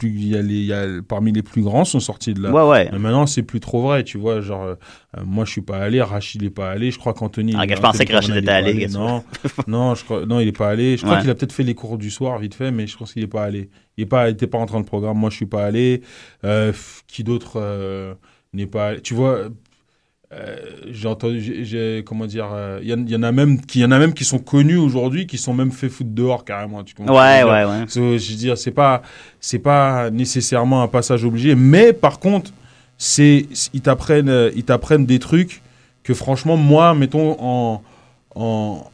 Speaker 8: Parmi les plus grands sont sortis de là.
Speaker 4: Ouais.
Speaker 8: Mais maintenant, c'est plus trop vrai. Tu vois, genre, moi, je suis pas allé. Rachid n'est pas allé. Je crois qu'Anthony.
Speaker 4: Je pensais que Rachid était allé.
Speaker 8: Non, il est pas allé. Je crois qu'il a peut-être fait les cours du soir vite fait, mais je pense qu'il est pas allé. Il n'était pas rentré dans le programme. Moi, je suis pas allé. Qui d'autre n'est pas allé? Tu vois, j'ai entendu. Comment dire? Il y en a même qui sont connus aujourd'hui, qui sont même fait foutre dehors carrément. Tu comprends?
Speaker 4: Ouais.
Speaker 8: Je veux dire, c'est pas nécessairement un passage obligé, mais par contre, ils t'apprennent des trucs que franchement, moi, mettons en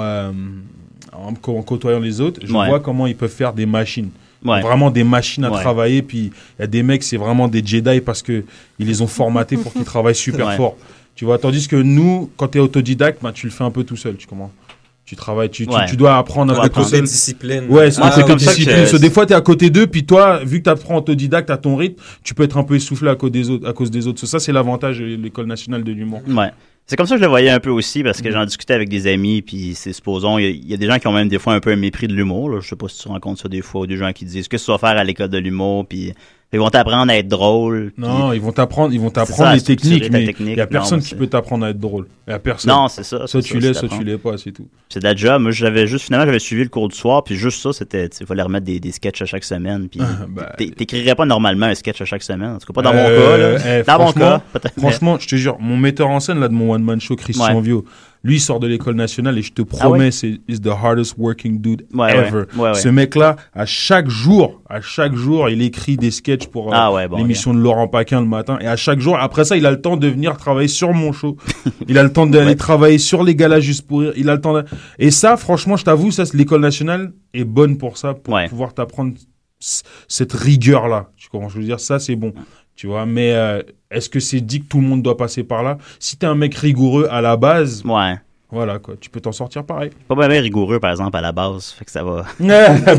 Speaker 8: côtoyant les autres, je vois comment ils peuvent faire des machines. Vraiment des machines à travailler, puis il y a des mecs, c'est vraiment des Jedi parce que ils les ont formatés pour qu'ils travaillent super fort. Tu vois, tandis que nous, quand tu es autodidacte, tu le fais un peu tout seul, tu comprends? Tu travailles, tu dois apprendre un peu tout seul.
Speaker 5: Discipline.
Speaker 8: Ouais, c'est un côté discipline. Des fois, tu es à côté d'eux, puis toi, vu que tu apprends autodidacte à ton rythme, tu peux être un peu essoufflé à cause des autres. Ça, c'est l'avantage de l'École nationale de l'humour.
Speaker 4: Ouais. C'est comme ça que je le voyais un peu aussi, parce que j'en discutais avec des amis, puis c'est supposons, il y a des gens qui ont même des fois un peu un mépris de l'humour, là. Je sais pas si tu rencontres ça des fois, ou des gens qui disent, qu'est-ce que tu vas faire à l'école de l'humour, puis ils vont t'apprendre à être drôle.
Speaker 8: Non, ils vont t'apprendre les techniques, mais il y a personne qui peut t'apprendre à être drôle. Il y a personne.
Speaker 4: Non, c'est ça.
Speaker 8: Soit tu l'es, soit tu l'es pas, c'est tout.
Speaker 4: C'est de la job. Moi, j'avais suivi le cours du soir, puis juste ça, c'était, il fallait remettre des sketchs à chaque semaine, puis t'écrirais pas normalement un sketch à chaque semaine. En tout cas, pas dans mon cas, là. Dans mon cas, peut-être.
Speaker 8: Franchement, je te jure, mon metteur en scène, là, de mon one-man show, Christian Viau, lui, il sort de l'école nationale et je te promets, c'est the hardest working dude ever. Ce mec-là, à chaque jour, il écrit des sketchs pour l'émission de Laurent Paquin le matin. Et à chaque jour, après ça, il a le temps de venir travailler sur mon show. Il a le temps d'aller travailler sur les galas juste pour rire. Il a le temps Et ça, franchement, je t'avoue, l'école nationale est bonne pour ça, pour pouvoir t'apprendre cette rigueur-là. Tu comprends? Je veux dire, ça, c'est bon. Tu vois, mais est-ce que c'est dit que tout le monde doit passer par là? Si t'es un mec rigoureux à la base, voilà quoi, tu peux t'en sortir pareil.
Speaker 4: Pas bien rigoureux par exemple à la base, fait que ça va.
Speaker 8: C'est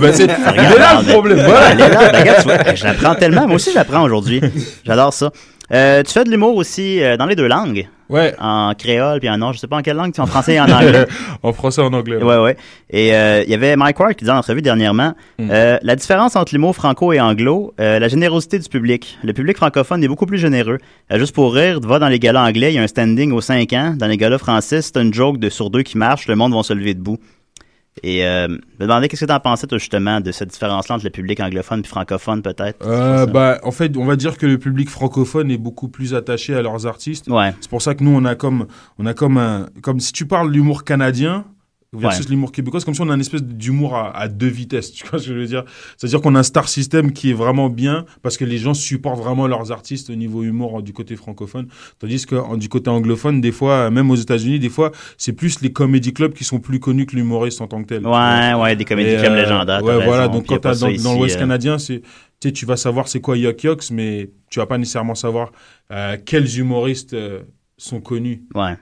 Speaker 8: là le problème. Voilà.
Speaker 4: Je l'apprends tellement, moi aussi je l'apprends aujourd'hui. J'adore ça. Tu fais de l'humour aussi dans les deux langues.
Speaker 8: Ouais.
Speaker 4: En créole puis je sais pas en quelle langue, en français et en anglais.
Speaker 8: En français et en anglais.
Speaker 4: Ouais. Et il y avait Mike Ward qui disait en entrevue dernièrement, la différence entre l'humour franco et anglo, la générosité du public. Le public francophone est beaucoup plus généreux. Juste pour rire, va dans les galas anglais, il y a un standing aux 5 ans. Dans les galas français, c'est une joke sur 2 qui marche, le monde va se lever debout. Et je me demandais qu'est-ce que tu en pensais toi justement de cette différence-là entre le public anglophone et francophone peut-être.
Speaker 8: En fait, on va dire que le public francophone est beaucoup plus attaché à leurs artistes.
Speaker 4: Ouais.
Speaker 8: C'est pour ça que nous on a comme si tu parles de l'humour canadien versus l'humour québécois, c'est comme si on a une espèce d'humour à 2 vitesses, tu vois ce que je veux dire? C'est-à-dire qu'on a un star system qui est vraiment bien parce que les gens supportent vraiment leurs artistes au niveau humour du côté francophone, tandis que du côté anglophone, des fois, même aux États-Unis, des fois, c'est plus les comedy clubs qui sont plus connus que l'humoriste en tant que tel.
Speaker 4: Ouais, des comédie clubs légendaires.
Speaker 8: Ouais, voilà, donc quand t'as dans l'Ouest canadien, tu vas savoir c'est quoi Yuck Yucks, mais tu vas pas nécessairement savoir quels humoristes sont connus.
Speaker 4: Ouais.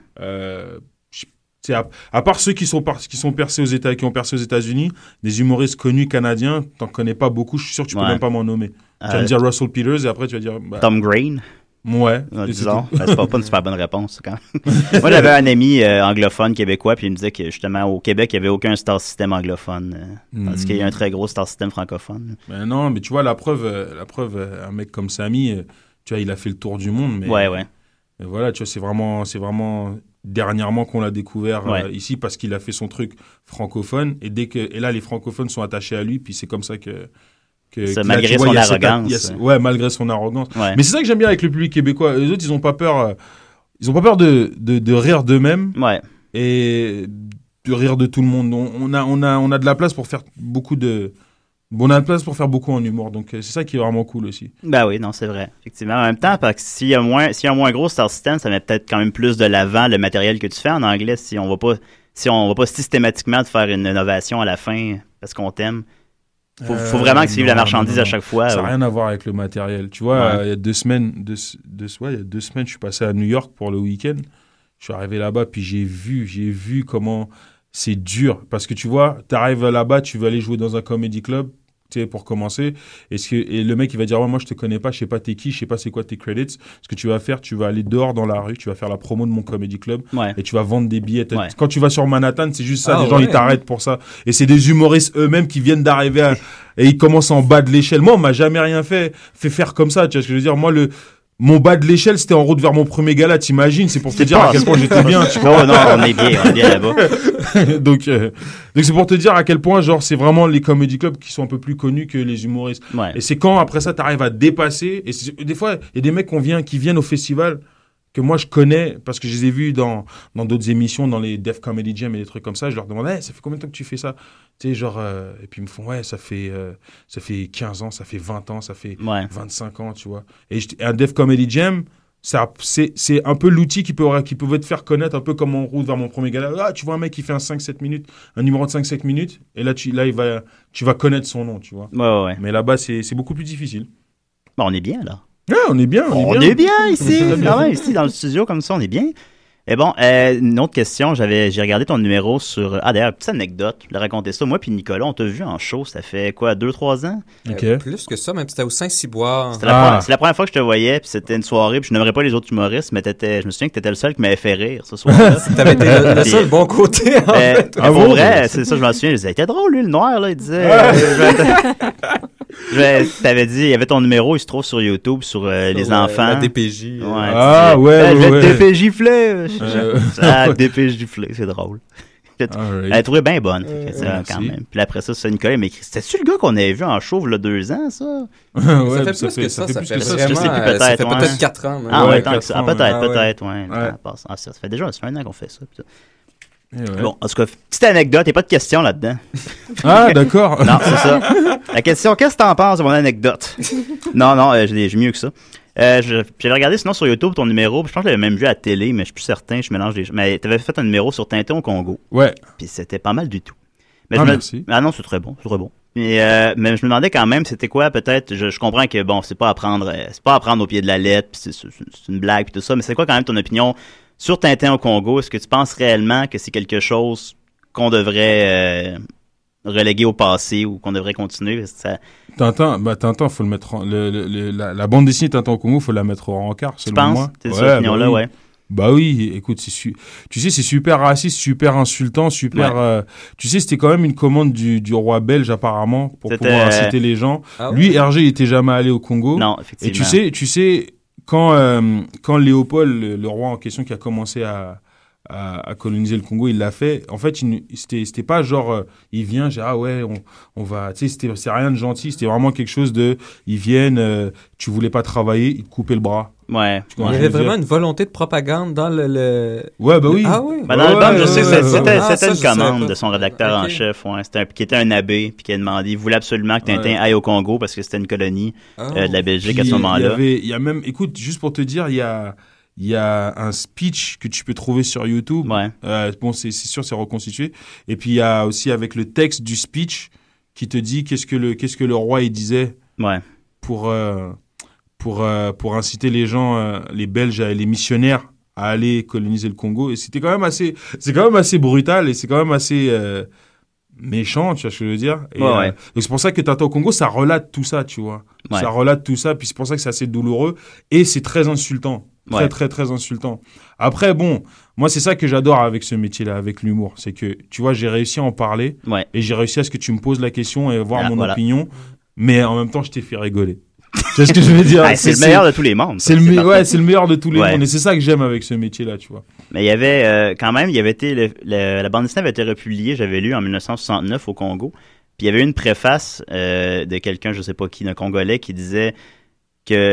Speaker 8: À part ceux qui ont percé aux États-Unis, des humoristes connus canadiens, t'en connais pas beaucoup, je suis sûr que tu peux même pas m'en nommer. Tu vas me dire Russell Peters et après tu vas dire...
Speaker 4: Tom Green.
Speaker 8: Ouais.
Speaker 4: Disons. C'est pas une super bonne réponse, quand même. Moi, j'avais un ami anglophone québécois, puis il me disait que justement, au Québec, il n'y avait aucun star system anglophone. Parce qu'il y a un très gros star system francophone.
Speaker 8: Ben non, mais tu vois, la preuve, un mec comme Samy, tu vois, il a fait le tour du monde. Mais,
Speaker 4: ouais.
Speaker 8: Mais voilà, tu vois, c'est vraiment dernièrement qu'on l'a découvert ici parce qu'il a fait son truc francophone. Et là, les francophones sont attachés à lui, puis c'est comme ça que
Speaker 4: malgré son arrogance.
Speaker 8: Malgré son arrogance. Ouais. Mais c'est ça que j'aime bien avec le public québécois. Les autres, ils n'ont pas peur. ils ont pas peur de rire d'eux-mêmes
Speaker 4: Ouais.
Speaker 8: et de rire de tout le monde. On a de la place pour faire beaucoup de... Bon, on a de la place pour faire beaucoup en humour, donc c'est ça qui est vraiment cool aussi.
Speaker 4: Ben oui, non, c'est vrai. Effectivement. En même temps, parce que s'il y a un moins gros star system, ça met peut-être quand même plus de l'avant le matériel que tu fais en anglais si on va pas systématiquement te faire une innovation à la fin parce qu'on t'aime. Faut vraiment que tu livres la marchandise à chaque fois.
Speaker 8: Ça n'a rien à voir avec le matériel. Tu vois,
Speaker 4: Ouais.
Speaker 8: il y a 2 semaines, il y a 2 semaines, je suis passé à New York pour le week-end. Je suis arrivé là-bas, puis j'ai vu comment c'est dur. Parce que tu vois, tu arrives là-bas, tu veux aller jouer dans un comedy club, tu sais, pour commencer. Et le mec, il va dire, ouais, moi, je te connais pas, je sais pas t'es qui, je sais pas c'est quoi tes credits. Ce que tu vas faire, tu vas aller dehors dans la rue, tu vas faire la promo de mon comedy club
Speaker 4: Ouais.
Speaker 8: et tu vas vendre des billets.
Speaker 4: Ouais.
Speaker 8: Quand tu vas sur Manhattan, c'est juste ça,
Speaker 5: Ah
Speaker 8: les gens,
Speaker 5: ouais.
Speaker 8: ils t'arrêtent pour ça. Et c'est des humoristes eux-mêmes qui viennent d'arriver et ils commencent en bas de l'échelle. Moi, on m'a jamais rien fait faire comme ça, tu vois ce que je veux dire. Moi, mon bas de l'échelle, c'était en route vers mon premier gala, t'imagines, c'est pour te dire à quel point j'étais bien, tu vois.
Speaker 4: Non, on est bien là-bas.
Speaker 8: donc c'est pour te dire à quel point, genre, c'est vraiment les comedy clubs qui sont un peu plus connus que les humoristes.
Speaker 4: Ouais.
Speaker 8: Et c'est quand, après ça, t'arrives à dépasser, des fois, il y a des mecs qui viennent au festival, que moi je connais, parce que je les ai vus dans d'autres émissions, dans les Def Comedy Jam et des trucs comme ça, je leur demande, hey, ça fait combien de temps que tu fais ça? Tu sais, genre, et puis ils me font, ouais, ça fait 15 ans, ça fait 20 ans, ça fait
Speaker 4: Ouais.
Speaker 8: 25 ans, tu vois. Et un Def Comedy Jam, c'est un peu l'outil qui pouvait te faire connaître un peu comme en route vers mon premier gala. Ah, tu vois un mec qui fait un 5-7 minutes, un numéro de 5-7 minutes, et là, tu vas connaître son nom, tu vois.
Speaker 4: Ouais.
Speaker 8: Mais là-bas, c'est beaucoup plus difficile.
Speaker 4: Bon, on est bien, là.
Speaker 8: Ouais, on est bien,
Speaker 4: On est bien ici. Quand même, ici, dans le studio, comme ça, on est bien. Et bon, une autre question. J'ai regardé ton numéro sur... Ah, d'ailleurs, petite anecdote. Je l'ai raconté ça. Moi puis Nicolas, on t'a vu en show. Ça fait quoi, 2-3 ans?
Speaker 8: Ok.
Speaker 5: Plus que ça, même c'était au Saint-Cyboire.
Speaker 4: C'est la première fois que je te voyais. Puis c'était une soirée. Puis je n'aimerais pas les autres humoristes, mais je me souviens que t'étais le seul qui m'avait fait rire ce soir-là.
Speaker 5: T'avais été le seul bon côté, en fait.
Speaker 4: Mais pour vrai, c'est ça, je m'en souviens. Je disais, il était drôle, lui, le noir, là. Il disait... T'avais dit, il y avait ton numéro, il se trouve sur YouTube, sur les enfants.
Speaker 5: La DPJ.
Speaker 4: Ouais,
Speaker 8: Ah,
Speaker 4: tu
Speaker 8: ouais,
Speaker 4: disais,
Speaker 8: ouais.
Speaker 4: DPJ-flé. DPJ-flé, c'est drôle. Elle a trouvé bien bonne, ça, quand même. Puis après ça, Nicolas m'a écrit. C'était-tu le gars qu'on avait vu en show il y a 2 ans, ça?
Speaker 8: Ouais,
Speaker 5: ça fait plus que ça. Ça fait
Speaker 4: Je sais plus,
Speaker 5: vraiment, ça fait
Speaker 4: ouais.
Speaker 5: peut-être 4 ans. même.
Speaker 4: Ah ouais,
Speaker 8: Ouais,
Speaker 4: tant que ça. Ah,
Speaker 8: 4 ans,
Speaker 4: peut-être,
Speaker 8: ouais.
Speaker 4: ouais. Le temps passe. Ah, ça fait déjà un an qu'on fait ça. Putain.
Speaker 8: Ouais.
Speaker 4: Bon, en tout cas, petite anecdote, il n'y a pas de question là-dedans.
Speaker 8: Ah, d'accord.
Speaker 4: Non, c'est ça. La question, qu'est-ce que t'en penses de mon anecdote? Non, j'ai mieux que ça. J'avais regardé sinon sur YouTube ton numéro, puis je pense que je l'avais même vu à la télé, mais je suis plus certain, je mélange les... Mais t'avais fait un numéro sur Tintin au Congo,
Speaker 8: Ouais.
Speaker 4: puis c'était pas mal du tout. Mais
Speaker 8: Merci.
Speaker 4: Ah non, c'est très bon. Mais je me demandais quand même, c'était quoi, peut-être, je comprends que, bon, c'est pas à prendre au pied de la lettre, puis c'est une blague, puis tout ça, mais c'est quoi quand même ton opinion sur Tintin au Congo? Est-ce que tu penses réellement que c'est quelque chose qu'on devrait reléguer au passé ou qu'on devrait continuer?
Speaker 8: Tintin, faut le mettre la bande dessinée Tintin au Congo, faut la mettre au rencard,
Speaker 4: Tu
Speaker 8: selon
Speaker 4: penses?
Speaker 8: moi.
Speaker 4: T'es cette opinion-là,
Speaker 8: oui.
Speaker 4: ouais.
Speaker 8: Bah oui, écoute, tu sais, c'est super raciste, super insultant, super... tu sais, c'était quand même une commande du roi belge, apparemment, pour pouvoir inciter les gens.
Speaker 5: Ah
Speaker 8: Lui,
Speaker 5: ouais.
Speaker 8: Hergé, il était jamais allé au Congo.
Speaker 4: Non,
Speaker 8: Et
Speaker 4: effectivement.
Speaker 8: tu sais, quand Léopold, le roi en question qui a commencé à coloniser le Congo, il l'a fait. En fait, c'était pas genre, il vient, genre, ah ouais, on va, tu sais, c'est rien de gentil, c'était vraiment quelque chose de, ils viennent, tu voulais pas travailler, ils te coupaient le bras.
Speaker 4: Ouais.
Speaker 8: Tu
Speaker 5: Il y
Speaker 8: vois,
Speaker 5: avait vraiment une volonté de propagande dans le...
Speaker 8: Ouais, bah oui.
Speaker 5: Ah oui.
Speaker 4: Ben, dans l'album, je sais que c'était
Speaker 5: ça,
Speaker 4: une
Speaker 5: je savais
Speaker 4: commande
Speaker 5: pas.
Speaker 4: de son rédacteur en
Speaker 5: Ok.
Speaker 4: chef, ouais. Qui était un abbé, puis qui a demandé, il voulait absolument que Tintin aille au Congo parce que c'était une colonie de la Belgique à ce
Speaker 8: Puis,
Speaker 4: moment-là.
Speaker 8: Il y a même, écoute, juste pour te dire, il y a un speech que tu peux trouver sur YouTube.
Speaker 4: Ouais.
Speaker 8: Bon, c'est sûr, c'est reconstitué. Et puis, il y a aussi avec le texte du speech qui te dit qu'est-ce que le roi, il disait
Speaker 4: Ouais.
Speaker 8: pour inciter les gens, les Belges, les missionnaires à aller coloniser le Congo. Et c'est quand même assez brutal et c'est quand même assez méchant, tu vois ce que je veux dire. Et,
Speaker 4: Ouais.
Speaker 8: donc c'est pour ça que Tintin au Congo, ça relate tout ça, tu vois.
Speaker 4: Ouais.
Speaker 8: Ça relate tout ça, puis c'est pour ça que c'est assez douloureux et c'est très insultant. Très,
Speaker 4: Ouais.
Speaker 8: très, très insultant. Après, bon, moi, c'est ça que j'adore avec ce métier-là, avec l'humour. C'est que, tu vois, j'ai réussi à en parler
Speaker 4: Ouais.
Speaker 8: et j'ai réussi à ce que tu me poses la question et voir mon
Speaker 4: voilà.
Speaker 8: opinion, mais en même temps, je t'ai fait rigoler. Tu vois ce que je veux dire?
Speaker 4: Ah, c'est le meilleur de tous les mondes.
Speaker 8: C'est
Speaker 4: ça, parfait.
Speaker 8: ouais, c'est le meilleur de tous les
Speaker 4: Ouais.
Speaker 8: mondes. Et c'est ça que j'aime avec ce métier-là, tu vois.
Speaker 4: Mais il y avait quand même, il y avait été la bande dessinée avait été republiée, j'avais lu en 1969 au Congo. Puis il y avait une préface de quelqu'un, je sais pas qui, d'un Congolais, qui disait que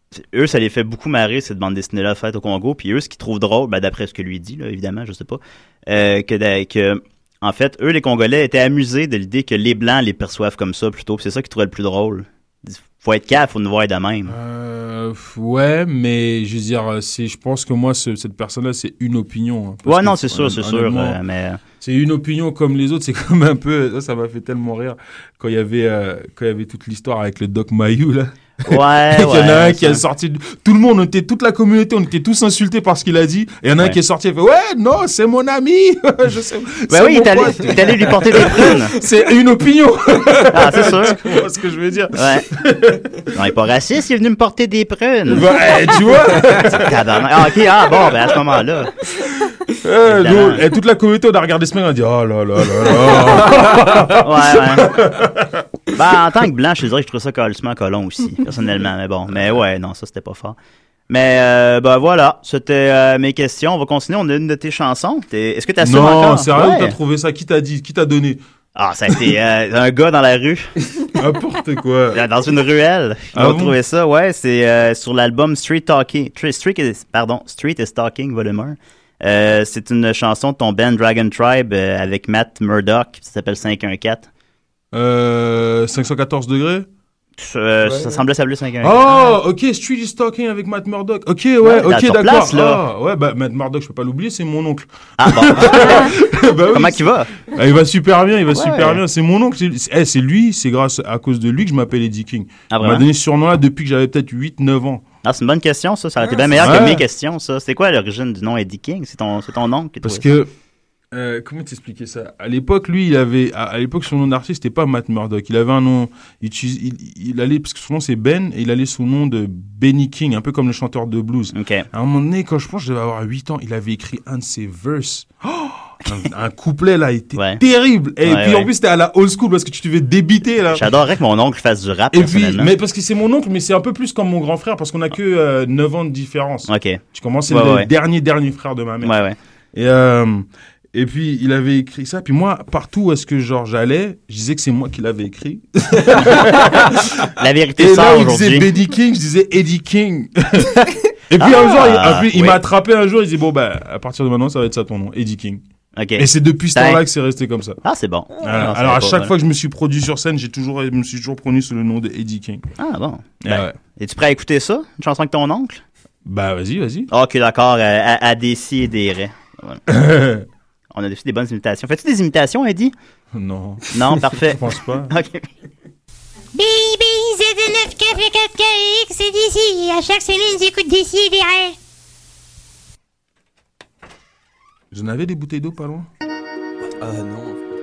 Speaker 4: eux, ça les fait beaucoup marrer, cette bande dessinée-là faite au Congo. Puis eux, ce qu'ils trouvent drôle, d'après ce que lui dit, là, évidemment, je sais pas, que en fait, eux, les Congolais, étaient amusés de l'idée que les Blancs les perçoivent comme ça, plutôt. Puis c'est ça qu'ils trouvaient le plus drôle. Faut être calme, faut nous voir de même.
Speaker 8: Ouais, mais je veux dire, je pense que moi, cette personne-là, c'est une opinion. Hein,
Speaker 4: ouais, non, c'est sûr, mais...
Speaker 8: C'est une opinion comme les autres, c'est comme un peu... Ça m'a fait tellement rire quand il y avait toute l'histoire avec le Doc Mayou, là.
Speaker 4: Ouais,
Speaker 8: il y en a un qui a sorti... Tout le monde, toute la communauté, on était tous insultés par ce qu'il a dit. Et il y en a un qui est sorti et fait « Ouais, non, c'est mon ami !» Je sais.
Speaker 4: Ben oui, il est allé lui porter des prunes.
Speaker 8: C'est une opinion.
Speaker 4: Ah, c'est sûr.
Speaker 8: Tu comprends ce que je veux dire?
Speaker 4: Ouais. Non, il est pas raciste, il est venu me porter des prunes.
Speaker 8: Ouais, tu vois?
Speaker 4: Ah, ok, bon, ben à ce moment-là.
Speaker 8: Et toute la communauté, on a regardé ce mec, on a dit « Oh là là là là! »
Speaker 4: Ouais. Ben, en tant que blanc, je te dirais que je trouve ça carrément colon aussi, personnellement. Mais bon, ouais, non, ça, c'était pas fort. Mais, ben voilà, c'était mes questions. On va continuer. On a une de tes chansons. Est-ce que t'as ça encore?
Speaker 8: Non, sérieux, t'as trouvé ça? Qui t'a dit? Qui t'a donné?
Speaker 4: Ah, ça a été un gars dans la rue.
Speaker 8: N'importe quoi.
Speaker 4: Dans une ruelle. On a trouvé ça, ouais. C'est sur l'album Street is Talking, volume 1. C'est une chanson de ton band Dragon Tribe avec Matt Murdock. Ça s'appelle 514.
Speaker 8: 514 degrés?
Speaker 4: Ça semblait s'appeler 514.
Speaker 8: Oh, ok, Street is Talking avec Matt Murdock. Ok, ouais, ok, d'accord.
Speaker 4: Place, là.
Speaker 8: Ouais, bah, Matt Murdock, je peux pas l'oublier, c'est mon oncle.
Speaker 4: Ah bon?
Speaker 8: Bah, oui,
Speaker 4: comment il va?
Speaker 8: Il va super bien, bien. C'est mon oncle. C'est lui, c'est grâce à cause de lui que je m'appelle Eddie King.
Speaker 4: Ah,
Speaker 8: il m'a donné ce surnom-là depuis que j'avais peut-être 8-9 ans.
Speaker 4: Ah, c'est une bonne question, ça. Ça aurait été bien meilleur que mes questions, ça. C'est quoi l'origine du nom Eddie King? C'est ton oncle qui
Speaker 8: Parce que... comment t'expliquer ça? À l'époque, lui, à l'époque, son nom d'artiste, c'était pas Matt Murdock. Il avait un nom, il allait, parce que son nom c'est Ben, et il allait sous le nom de Benny King, un peu comme le chanteur de blues.
Speaker 4: Okay.
Speaker 8: À un moment donné, quand je pense que je devais avoir 8 ans, il avait écrit un de ses verses. Un couplet, là, il était terrible. Et puis, en plus, c'était à la old school, parce que tu devais débiter, là.
Speaker 4: J'adorerais que mon oncle fasse du rap,
Speaker 8: et puis, mais parce que c'est mon oncle, mais c'est un peu plus comme mon grand frère, parce qu'on a que 9 ans de différence.
Speaker 4: Ok.
Speaker 8: Tu commences, c'est le dernier frère de ma mère.
Speaker 4: Ouais.
Speaker 8: Et puis, il avait écrit ça. Puis moi, partout où est-ce que j'allais, je disais que c'est moi qui l'avais écrit.
Speaker 4: La vérité sort aujourd'hui.
Speaker 8: Et là, il disait Benny King, je disais Eddie King. Et puis un jour, il m'a attrapé un jour, il dit bon, bah, à partir de maintenant, ça va être ça ton nom, Eddie King.
Speaker 4: Okay.
Speaker 8: Et c'est depuis ce temps-là que c'est resté comme ça.
Speaker 4: Ah, c'est bon.
Speaker 8: Alors, à chaque fois que je me suis produit sur scène, je me suis toujours promu sous le nom de Eddie King.
Speaker 4: Ah, bon. Es-tu prêt à écouter ça? Une chanson avec ton oncle?
Speaker 8: Bah, vas-y.
Speaker 4: Ok, d'accord. À des si et des ré. Voilà. On a fait des bonnes imitations. Fais-tu des imitations, Eddie?
Speaker 8: Non.
Speaker 4: Non, parfait.
Speaker 8: Je pense pas.
Speaker 4: Ok.
Speaker 9: Baby, Z9, K4KX, c'est d'ici. À chaque semaine, j'écoute des si et des ré.
Speaker 8: J'en avais des bouteilles d'eau pas loin?
Speaker 5: Non.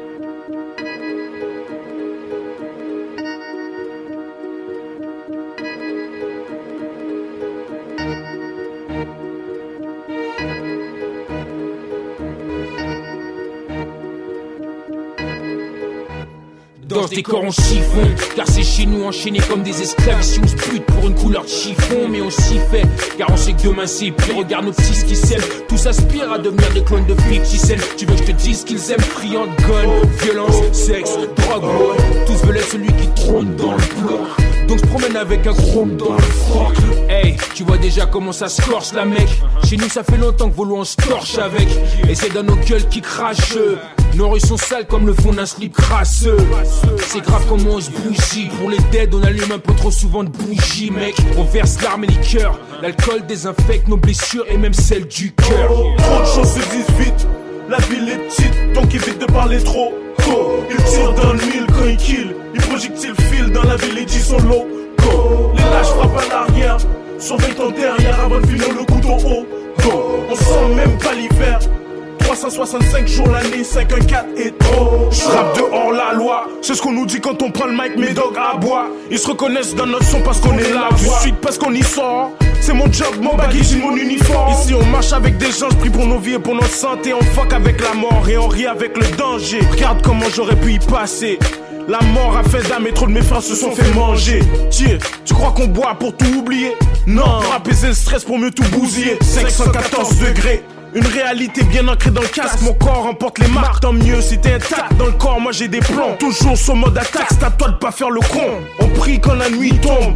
Speaker 10: Dans des corps en chiffon, car c'est chez nous enchaînés comme des esclaves. Si on se bute pour une couleur de chiffon, mais on s'y fait, car on sait que demain c'est pire. Regarde nos petits qui s'aiment, tous aspirent à devenir des clones de 50 Cent. Tu veux que je te dise qu'ils aiment, friand de gun, violence, sexe, drogue, boy. Tous veulent être celui qui trône dans le bloc. Donc se promène avec un chrome dans le froc. Hey, tu vois déjà comment ça se corse la mec. Chez nous ça fait longtemps que Volo on se torche avec. Et c'est dans nos gueules qui crachent. Nos rues sont sales comme le fond d'un slip crasseux. C'est grave comment on se bougie. Pour les dead on allume un peu trop souvent de bougies mec. On verse l'arme et liqueur. L'alcool désinfecte nos blessures et même celles du cœur.
Speaker 11: Trop de choses se disent vite. La ville est petite donc évite de parler trop. Ils tirent dans le mille quand ils kill. Les projectiles filent dans la ville, les G sont low. Les lâches frappent à l'arrière. Surveille ton derrière avant de finir le couteau haut. On sent même pas l'hiver. 365 jours l'année, 514 et trop. J'rappe dehors la loi. C'est ce qu'on nous dit quand on prend le mic, mes dogs à bois. Ils se reconnaissent dans notre son parce qu'on est là. Tout de suite parce qu'on y sort. C'est mon job, mon bagage, j'ai mon uniforme. Ici on marche avec des gens, je prie pour nos vies et pour notre santé. On fuck avec la mort et on rit avec le danger. Regarde comment j'aurais pu y passer. La mort a fait d'âme et trop de mes frères se sont fait manger. Tiens, tu crois qu'on boit pour tout oublier? Non, pour apaiser le stress, pour mieux tout bousiller. 514 degrés. Une réalité bien ancrée dans le casque. Mon corps emporte les marques, tant mieux si t'es intact. Dans le corps, moi j'ai des plombs. Toujours sur mode attaque, c'est à toi de pas faire le con. On prie quand la nuit tombe.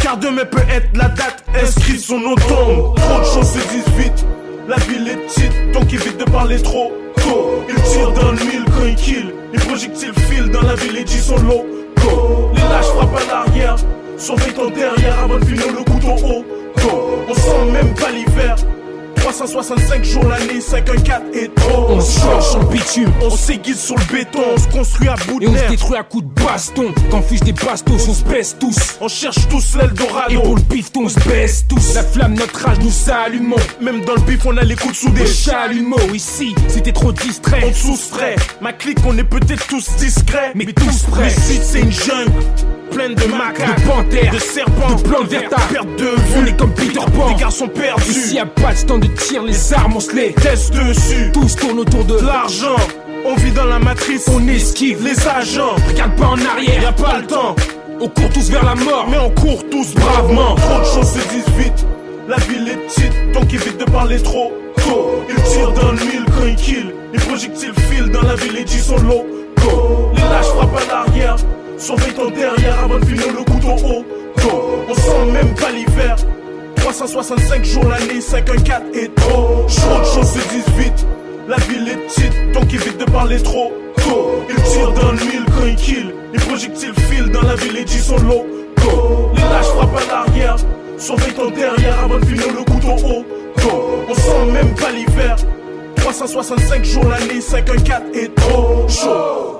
Speaker 11: car demain peut être la date inscrite sur nos tombes. Trop de choses se disent vite, la ville est petite, donc évite de parler trop tôt. Ils tirent dans le mille quand ils kill, les projectiles filent dans la ville et disent son lot. Les lâches frappent à l'arrière, surveille ton derrière avant de finir le couteau haut. On sent même pas l'hiver, 365 jours l'année, 514 et trop.
Speaker 10: On se change sur le bitume,
Speaker 11: on s'aiguise sur le béton, on se construit à bout de
Speaker 10: et on
Speaker 11: nerfs.
Speaker 10: se détruit à coups de baston. Quand fuge des bastos, on se baisse tous.
Speaker 11: On cherche tous l'Eldorado,
Speaker 10: Et pour le bifton, on se baisse tous. La flamme, notre rage, nous allumons.
Speaker 11: même dans le bif on a les coudes soudés.
Speaker 10: Des chalumeaux ici, si t'es trop distrait.
Speaker 11: On te soustrait, ma clique on est peut-être tous discrets,
Speaker 10: Mais tous prêts.
Speaker 11: Le site c'est une jungle, pleine de macaques,
Speaker 10: De panthères,
Speaker 11: de serpents,
Speaker 10: de plantes vertes,
Speaker 11: perte de vue.
Speaker 10: on est comme Peter Pan.
Speaker 11: Des garçons perdus,
Speaker 10: Ici y'a pas de temps de tir, les armes on se les
Speaker 11: teste dessus.
Speaker 10: tous tournent autour de
Speaker 11: L'argent, on vit dans la matrice,
Speaker 10: On esquive,
Speaker 11: les agents,
Speaker 10: regarde pas en arrière,
Speaker 11: y a pas le temps,
Speaker 10: on court tous vers la mort.
Speaker 11: mais on court tous bravement. Trop de choses se disent vite, la ville est petite, donc évite de parler trop tôt. Ils tirent dans le mille quand ils kill, les projectiles filent dans la ville et disent son lot. Les lâches frappent à l'arrière, surveille ton derrière avant de finir le couteau haut. On sent même pas l'hiver, 365 jours l'année, 514 et trop. Trop de choses se disent vite, la ville est petite, donc évite de parler trop tôt. Ils tirent dans le mille quand ils kill, les projectiles filent dans la ville et disent son lot. Les lâches frappent à l'arrière, surveille ton derrière avant de finir le couteau haut. On sent même pas l'hiver, 365 jours l'année, 514 et trop chaud.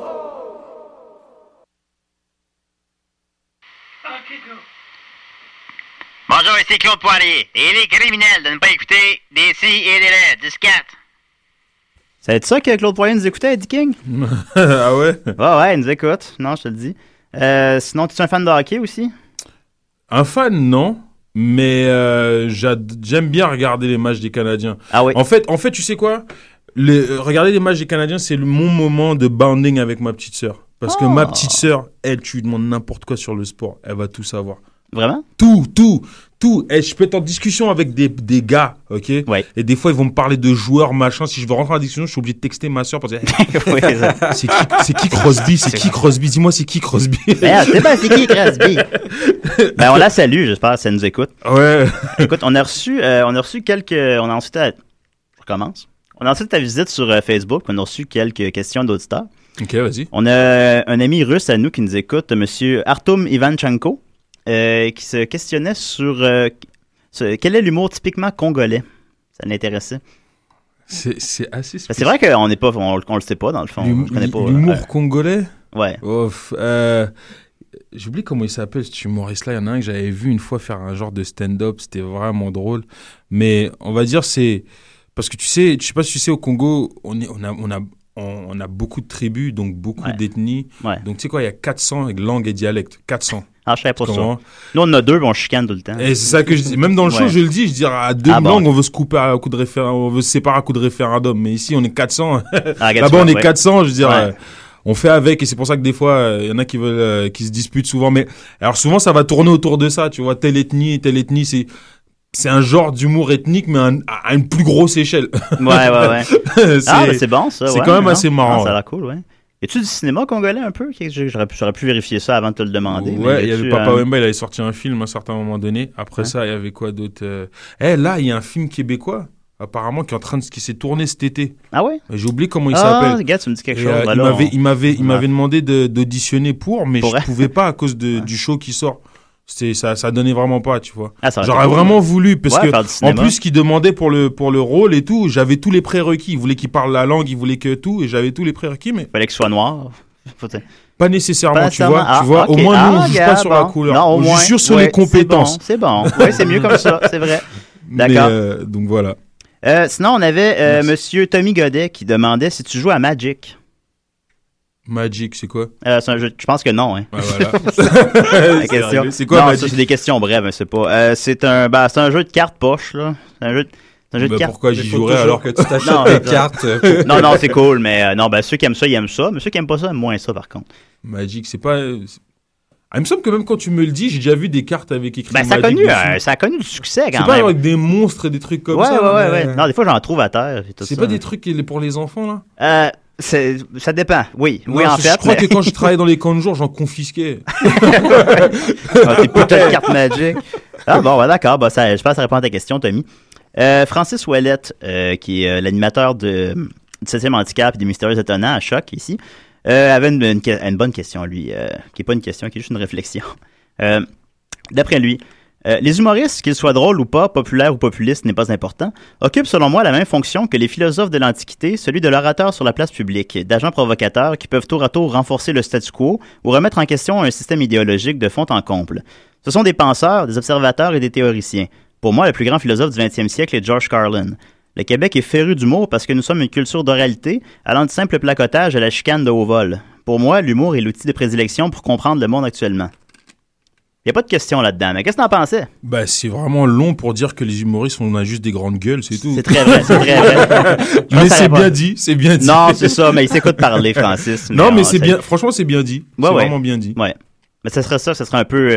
Speaker 12: Bonjour, ici Claude Poirier. Et il est criminel de ne pas écouter des si et des raids, du scat.
Speaker 4: Ça va être ça que Claude Poirier nous écoutait, Eddie King?
Speaker 8: Ah ouais?
Speaker 4: Ouais, il nous écoute. Non, je te le dis. Sinon, tu es un fan de hockey aussi?
Speaker 8: Un fan, non. Mais j'aime bien regarder les matchs des Canadiens.
Speaker 4: Ah oui.
Speaker 8: En fait, tu sais quoi? Regarder les matchs des Canadiens, c'est mon moment de bonding avec ma petite sœur. Parce que ma petite sœur, elle, tu lui demandes n'importe quoi sur le sport, elle va tout savoir.
Speaker 4: Vraiment?
Speaker 8: Tout. Et je peux être en discussion avec des gars, ok?
Speaker 4: Ouais.
Speaker 8: Et des fois, ils vont me parler de joueurs, machin. Si je veux rentrer en discussion, je suis obligé de texter ma soeur pour dire
Speaker 4: Oui, ça.
Speaker 8: c'est qui Crosby? C'est qui Crosby? Dis-moi, c'est qui Crosby?
Speaker 4: Merde, c'est pas c'est qui Crosby? On la salue, j'espère que ça nous écoute.
Speaker 8: Ouais.
Speaker 4: Écoute, on a reçu quelques... On a ensuite... Je recommence. On a ensuite ta visite sur Facebook. On a reçu quelques questions d'auditeurs.
Speaker 8: Ok, vas-y.
Speaker 4: On a un ami russe à nous qui nous écoute, monsieur Artum Ivanchenko, qui se questionnait sur quel est l'humour typiquement congolais. Ça l'intéressait.
Speaker 8: C'est assez spécial.
Speaker 4: C'est vrai qu'on n'est pas, on le sait pas dans le fond. Je connais pas.
Speaker 8: L'humour congolais?
Speaker 4: Ouais.
Speaker 8: J'oublie comment il s'appelle cet humoriste-là. Il y en a un que j'avais vu une fois faire un genre de stand-up. C'était vraiment drôle. Mais on va dire c'est parce que tu sais, je sais pas si tu sais, au Congo, on a beaucoup de tribus, donc beaucoup d'ethnies.
Speaker 4: Ouais.
Speaker 8: Donc tu sais quoi, il y a 400 langues et dialectes. 400.
Speaker 4: Ah, je savais pas ça. Nous, on en a 2, on chicane tout le temps.
Speaker 8: Et c'est ça que je dis. Même dans le show, je le dis, je dis à 2 langues, on veut se couper à coup de référendum, on veut se séparer à coup de référendum. Mais ici, on est 400. Là-bas, on est 400, je veux dire. On fait avec, et c'est pour ça que des fois, il y en a qui veulent, qui se disputent souvent. Mais alors souvent, ça va tourner autour de ça. Tu vois, telle ethnie, c'est un genre d'humour ethnique, mais à une plus grosse échelle.
Speaker 4: Ouais. C'est bon, ça.
Speaker 8: C'est quand même assez marrant.
Speaker 4: Ça a l'air cool, ouais. Y a-tu du cinéma congolais un peu? J'aurais pu vérifier ça avant de te le demander.
Speaker 8: Ouais, il y avait Papa Wemba, il avait sorti un film à un certain moment donné. Après ça, il y avait quoi d'autre? Là, il y a un film québécois, apparemment, qui s'est tourné cet été.
Speaker 4: Ah ouais?
Speaker 8: J'ai oublié comment il s'appelle.
Speaker 4: Ah, gars, tu me dis quelque chose.
Speaker 8: Il m'avait demandé d'auditionner mais je pouvais pas à cause du show qui sort. Ça donnait vraiment pas, tu vois. J'aurais vraiment voulu, parce que en plus qu'il demandait pour le rôle et tout, j'avais tous les prérequis. Il voulait qu'il parle la langue, il voulait que tout, et j'avais tous les prérequis, mais
Speaker 4: fallait qu'il soit noir.
Speaker 8: Pas nécessairement, tu vois. Au moins, nous, on juge pas sur la couleur.
Speaker 4: Non,
Speaker 8: on juge sur les compétences.
Speaker 4: C'est bon. Ouais, c'est mieux comme ça, c'est vrai. D'accord.
Speaker 8: Donc voilà.
Speaker 4: Sinon, on avait monsieur Tommy Godet qui demandait si tu joues à Magic.
Speaker 8: Magic, c'est quoi?
Speaker 4: C'est un jeu, je pense que non, hein.
Speaker 8: Ouais, voilà.
Speaker 4: La question.
Speaker 8: C'est quoi,
Speaker 4: non,
Speaker 8: Magic?
Speaker 4: Ça, c'est des questions brèves, mais c'est pas. C'est un jeu de cartes poche, là. C'est un jeu de cartes.
Speaker 5: Pourquoi j'y jouerais alors que tu t'achètes des cartes?
Speaker 4: Non, c'est cool, mais ceux qui aiment ça, ils aiment ça. Mais ceux qui aiment pas ça, aiment moins ça, par contre.
Speaker 8: Magic, c'est pas. Il me semble que même quand tu me le dis, j'ai déjà vu des cartes avec écrit Magic
Speaker 4: ça a connu du succès, quand même.
Speaker 8: C'est pas avec des monstres et des trucs comme ça.
Speaker 4: Ouais. Non, des fois, j'en trouve à terre.
Speaker 8: C'est pas des trucs pour les enfants, là?
Speaker 4: Ça dépend, oui.
Speaker 8: Non,
Speaker 4: Oui, en fait.
Speaker 8: Je crois que quand je travaillais dans les camps de jour, j'en confisquais.
Speaker 4: Tes putains de cartes Magic. Ah bon, ouais, d'accord. Bah, ça, je pense que ça répond à ta question, Tommy. Francis Ouellette, qui est l'animateur du 7e handicap et des mystérieux étonnants à Choc, ici, avait une bonne question, lui, qui n'est pas une question, qui est juste une réflexion. D'après lui, les humoristes, qu'ils soient drôles ou pas, populaires ou populistes, n'est pas important, occupent selon moi la même fonction que les philosophes de l'Antiquité, celui de l'orateur sur la place publique, d'agents provocateurs qui peuvent tour à tour renforcer le statu quo ou remettre en question un système idéologique de fond en comble. Ce sont des penseurs, des observateurs et des théoriciens. Pour moi, le plus grand philosophe du 20e siècle est George Carlin. Le Québec est féru d'humour parce que nous sommes une culture d'oralité, allant du simple placotage à la chicane de haut vol. Pour moi, l'humour est l'outil de prédilection pour comprendre le monde actuellement. Il n'y a pas de question là-dedans, mais qu'est-ce que t'en pensais?
Speaker 8: Ben, c'est vraiment long pour dire que les humoristes, on a juste des grandes gueules, c'est tout.
Speaker 4: C'est très vrai, c'est très vrai.
Speaker 8: Mais c'est bien dit, c'est bien dit.
Speaker 4: Non, c'est ça, mais il s'écoute parler, Francis.
Speaker 8: Non, mais c'est bien, franchement, c'est bien dit.
Speaker 4: Ouais,
Speaker 8: c'est vraiment bien dit.
Speaker 4: Ouais. Mais ça serait un peu,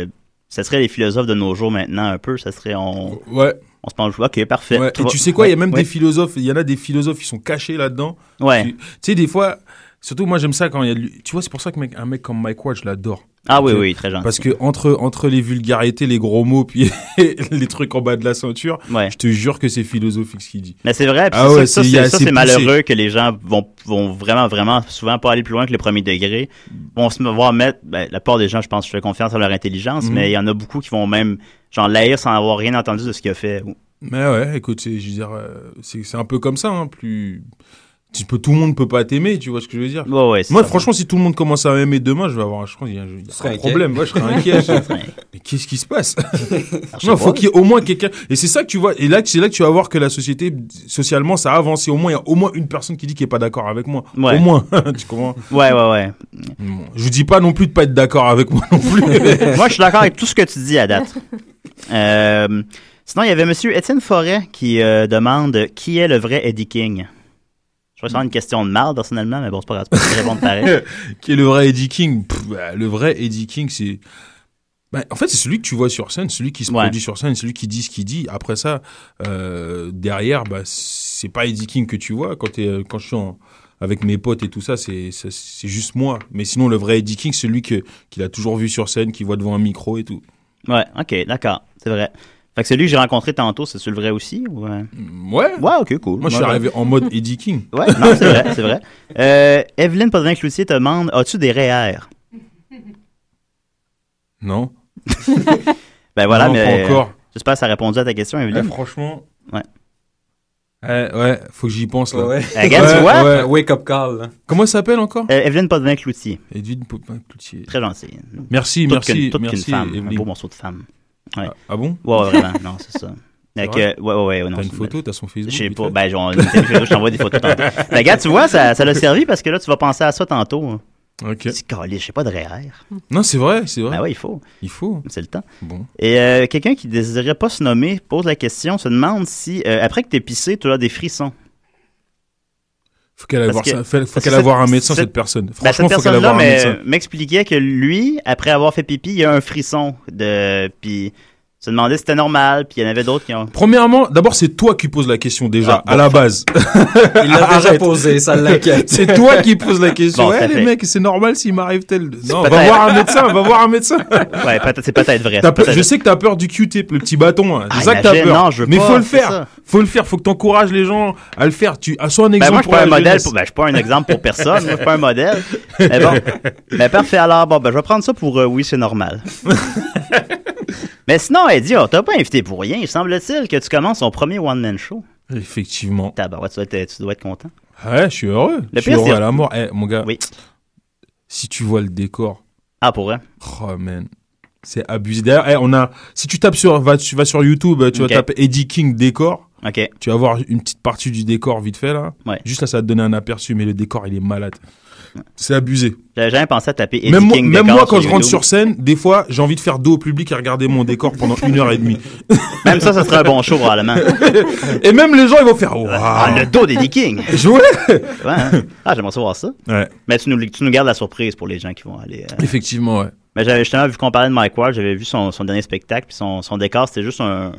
Speaker 4: ça serait les philosophes de nos jours maintenant, un peu, ça serait,
Speaker 8: Ouais.
Speaker 4: On se pense, ok, parfait.
Speaker 8: Ouais. Et tu sais quoi, il y a même des philosophes, il y en a des philosophes qui sont cachés là-dedans.
Speaker 4: Ouais.
Speaker 8: Tu sais, des fois, surtout moi j'aime ça quand il y a tu vois, c'est pour ça qu'un mec comme Mike Ward, je l'adore.
Speaker 4: Ah oui, oui, très gentil.
Speaker 8: Parce que entre les vulgarités, les gros mots, puis les trucs en bas de la ceinture, je te jure que c'est philosophique ce qu'il dit.
Speaker 4: Mais c'est vrai, puis c'est malheureux que les gens vont vraiment souvent pas aller plus loin que le premier degré. Vont se voir mettre, la part des gens, je pense, je fais confiance à leur intelligence, mais il y en a beaucoup qui vont même, genre, l'haïr sans avoir rien entendu de ce qu'il a fait.
Speaker 8: Mais ouais, écoute, je veux dire, c'est un peu comme ça, hein, tout le monde peut pas t'aimer, tu vois ce que je veux dire.
Speaker 4: Ouais,
Speaker 8: moi, franchement, si tout le monde commence à m'aimer demain, je crois qu'il y a un problème. Moi, je serais inquiet. Mais qu'est-ce qui se passe? Non, faut qu'il y ait au moins quelqu'un. Et c'est ça que tu vois. Et là, c'est là que tu vas voir que la société, socialement, ça a avancé. Au moins, il y a au moins une personne qui dit qu'il est pas d'accord avec moi. Ouais. Au moins. Tu comprends?
Speaker 4: Ouais.
Speaker 8: Bon, je vous dis pas non plus de pas être d'accord avec moi non plus.
Speaker 4: Moi, je suis d'accord avec tout ce que tu dis à date. Sinon, il y avait monsieur Étienne Forêt qui demande qui est le vrai Eddie King. Je crois que c'est une question de marde, personnellement, mais bon, c'est pas grave, c'est pas répondre pareil.
Speaker 8: Qui est le vrai Eddie King? Le vrai Eddie King, c'est... en fait, c'est celui que tu vois sur scène, celui qui se produit sur scène, celui qui dit ce qu'il dit. Après ça, derrière, c'est pas Eddie King que tu vois. Quand je suis avec mes potes et tout ça, c'est juste moi. Mais sinon, le vrai Eddie King, c'est celui qu'il a toujours vu sur scène, qu'il voit devant un micro et tout.
Speaker 4: Ouais, ok, d'accord, c'est vrai. Fait que celui que j'ai rencontré tantôt, c'est le vrai aussi? Ou...
Speaker 8: Ouais.
Speaker 4: Ouais, ok, cool.
Speaker 8: Moi, je suis arrivé en mode Eddie King.
Speaker 4: Ouais, non, c'est vrai. Evelyne Potvin-Cloutier te demande, as-tu des REER?
Speaker 8: Non.
Speaker 4: Voilà,
Speaker 8: non,
Speaker 4: mais...
Speaker 8: pas encore.
Speaker 4: J'espère que ça a répondu à ta question, Evelyne.
Speaker 8: Franchement...
Speaker 4: Ouais.
Speaker 8: Ouais, faut que j'y pense, là.
Speaker 5: Ouais.
Speaker 4: Regarde, tu vois?
Speaker 5: Ouais. Wake up call, là.
Speaker 8: Comment ça s'appelle encore?
Speaker 4: Evelyne Potvin-Cloutier.
Speaker 8: Evelyne Potvin-Cloutier.
Speaker 4: Très gentille.
Speaker 8: Merci.
Speaker 4: Toute qu'une femme.
Speaker 8: Evelyne.
Speaker 4: Un beau morceau de femme. Ouais.
Speaker 8: Ah bon?
Speaker 4: Ouais, vraiment. Non, c'est ça. Ouais. Non,
Speaker 8: t'as une photo, t'as son Facebook?
Speaker 4: Je sais pas. Je t'envoie des photos tantôt. Regarde, tu vois, ça l'a servi parce que là, tu vas penser à ça tantôt.
Speaker 8: Ok.
Speaker 4: Je sais pas de REER.
Speaker 8: Non, c'est vrai.
Speaker 4: Ben ouais, il faut. C'est le temps.
Speaker 8: Bon.
Speaker 4: Et quelqu'un qui désirait pas se nommer pose la question, se demande si, après que t'es pissé, tu as des frissons.
Speaker 8: Faut qu'elle aille voir un médecin, cette personne. Franchement,
Speaker 4: cette
Speaker 8: faut qu'elle aille voir un médecin.
Speaker 4: M'expliquait que lui, après avoir fait pipi, il y a un frisson. Puis se demandait si c'était normal, puis il y en avait d'autres qui ont...
Speaker 8: Premièrement, d'abord, c'est toi qui poses la question déjà, à la base.
Speaker 5: Il l'a déjà posé, ça l'inquiète.
Speaker 8: C'est toi qui poses la question. Les mecs, c'est normal s'il m'arrive tel... Non, va voir un médecin.
Speaker 4: Ouais, c'est peut-être vrai.
Speaker 8: Je sais que t'as peur du Q-tip, le petit bâton. C'est ça que t'as peur.
Speaker 4: Non,
Speaker 8: mais faut le faire. Faut que t'encourages les gens à le faire. Sois un exemple pour la jeunesse.
Speaker 4: Je suis pas un exemple pour personne. Moi, je suis pas un modèle. Mais bon. Mais parfait. Alors, je vais prendre ça pour oui, c'est normal. Mais sinon, Eddie, on t'a pas invité pour rien. Il semble-t-il que tu commences ton premier one-man show.
Speaker 8: Effectivement.
Speaker 4: Tu dois être content.
Speaker 8: Ouais, je suis heureux. Je suis heureux à la mort. Mon gars, si tu vois le décor.
Speaker 4: Ah, pour vrai?
Speaker 8: Oh, man. C'est abusé. D'ailleurs, si tu tapes tu vas sur YouTube, tu vas taper Eddie King décor.
Speaker 4: Ok.
Speaker 8: Tu vas voir une petite partie du décor vite fait, là.
Speaker 4: Ouais.
Speaker 8: Juste là, ça va te donner un aperçu, mais le décor, il est malade. C'est abusé.
Speaker 4: J'avais jamais pensé à taper Eddie King
Speaker 8: décor. Même moi, quand je rentre sur scène, des fois, j'ai envie de faire dos au public et regarder mon décor pendant 1h30.
Speaker 4: Même ça serait un bon show, probablement.
Speaker 8: Et même les gens, ils vont faire wow.
Speaker 4: Le dos d'Eddie King.
Speaker 8: Ouais.
Speaker 4: Ah, j'aimerais savoir ça.
Speaker 8: Ouais.
Speaker 4: Mais tu nous gardes la surprise pour les gens qui vont aller.
Speaker 8: Effectivement, ouais.
Speaker 4: Mais j'avais justement vu qu'on parlait de Mike Ward, j'avais vu son dernier spectacle, puis son décor, c'était juste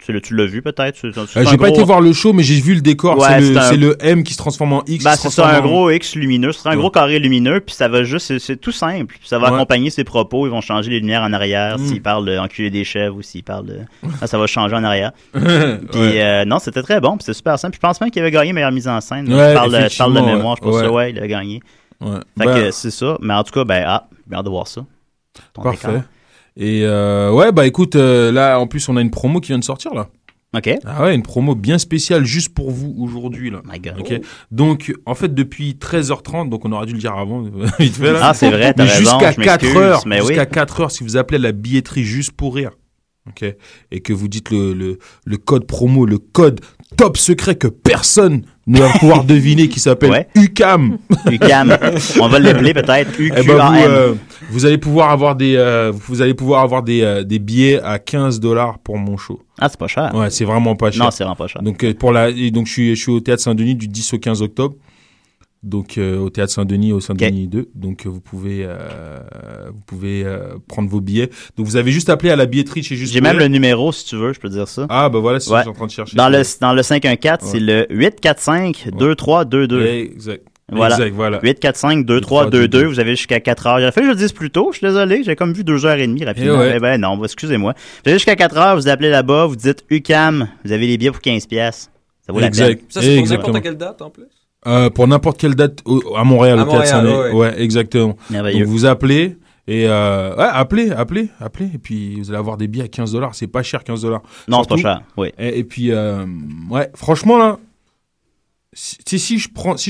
Speaker 4: Tu l'as vu peut-être?
Speaker 8: J'ai pas été voir le show, mais j'ai vu le décor.
Speaker 4: Ouais,
Speaker 8: c'est le M qui se transforme en X.
Speaker 4: C'est ça, un gros X lumineux. C'est un gros carré lumineux, puis ça va juste... C'est tout simple. Puis ça va accompagner ses propos. Ils vont changer les lumières en arrière. S'il parle d'enculer des chèvres ou s'il parle de... ça va changer en arrière. Puis non, c'était très bon. Puis c'est super simple. Puis je pense même qu'il avait gagné meilleure mise en scène. Je parle de mémoire. Je pense que il avait gagné. Fait que c'est ça. Mais en tout cas, j'ai hâte de voir ça.
Speaker 8: Parfait. Et écoute, là, en plus, on a une promo qui vient de sortir, là.
Speaker 4: OK.
Speaker 8: Ah ouais, une promo bien spéciale juste pour vous aujourd'hui, là.
Speaker 4: My God.
Speaker 8: OK. Donc, en fait, depuis 13h30, donc on aurait dû le dire avant, vite fait, là.
Speaker 4: Ah, c'est vrai, t'as raison,
Speaker 8: jusqu'à 4h,
Speaker 4: jusqu'à
Speaker 8: 4h, si vous appelez à la billetterie juste pour rire, OK, et que vous dites le code promo, le code top secret que personne ne va pouvoir deviner, qui s'appelle UCAM.
Speaker 4: UCAM. On va l'appeler peut-être UQAM.
Speaker 8: Vous allez pouvoir avoir des billets à $15 pour mon show.
Speaker 4: Ah, c'est pas cher.
Speaker 8: Ouais, c'est vraiment pas cher.
Speaker 4: Non, c'est vraiment pas cher.
Speaker 8: Donc je suis au Théâtre Saint-Denis du 10 au 15 octobre. Donc au Théâtre Saint-Denis, au Saint-Denis 2. Donc vous pouvez prendre vos billets. Donc vous avez juste appelé à la billetterie chez Juste.
Speaker 4: J'ai même le numéro si tu veux, je peux te dire ça.
Speaker 8: Ah voilà, c'est ce que je suis en train de chercher.
Speaker 4: Dans le 514, c'est le 845-2322.
Speaker 8: Exact.
Speaker 4: Voilà.
Speaker 8: Exact, voilà.
Speaker 4: 845-2322. Vous avez jusqu'à 4h. J'aurais fallu que je le dise plus tôt. Je suis désolé. J'ai comme vu 2h30 rapidement. Mais non, excusez-moi. Vous avez jusqu'à 4h. Vous appelez là-bas. Vous dites UCAM. Vous avez les billets pour 15$. Ça vaut la peine.
Speaker 5: Ça, c'est pour n'importe quelle date en plus?
Speaker 8: Pour n'importe quelle date à Montréal, au Théâtre Saint-Denis. Ouais, exactement.
Speaker 4: Merveilleux.
Speaker 8: Donc vous appelez et appelez et puis vous allez avoir des billets à $15. C'est pas cher, $15.
Speaker 4: Non, c'est pas cher. Oui.
Speaker 8: Et puis franchement là, si je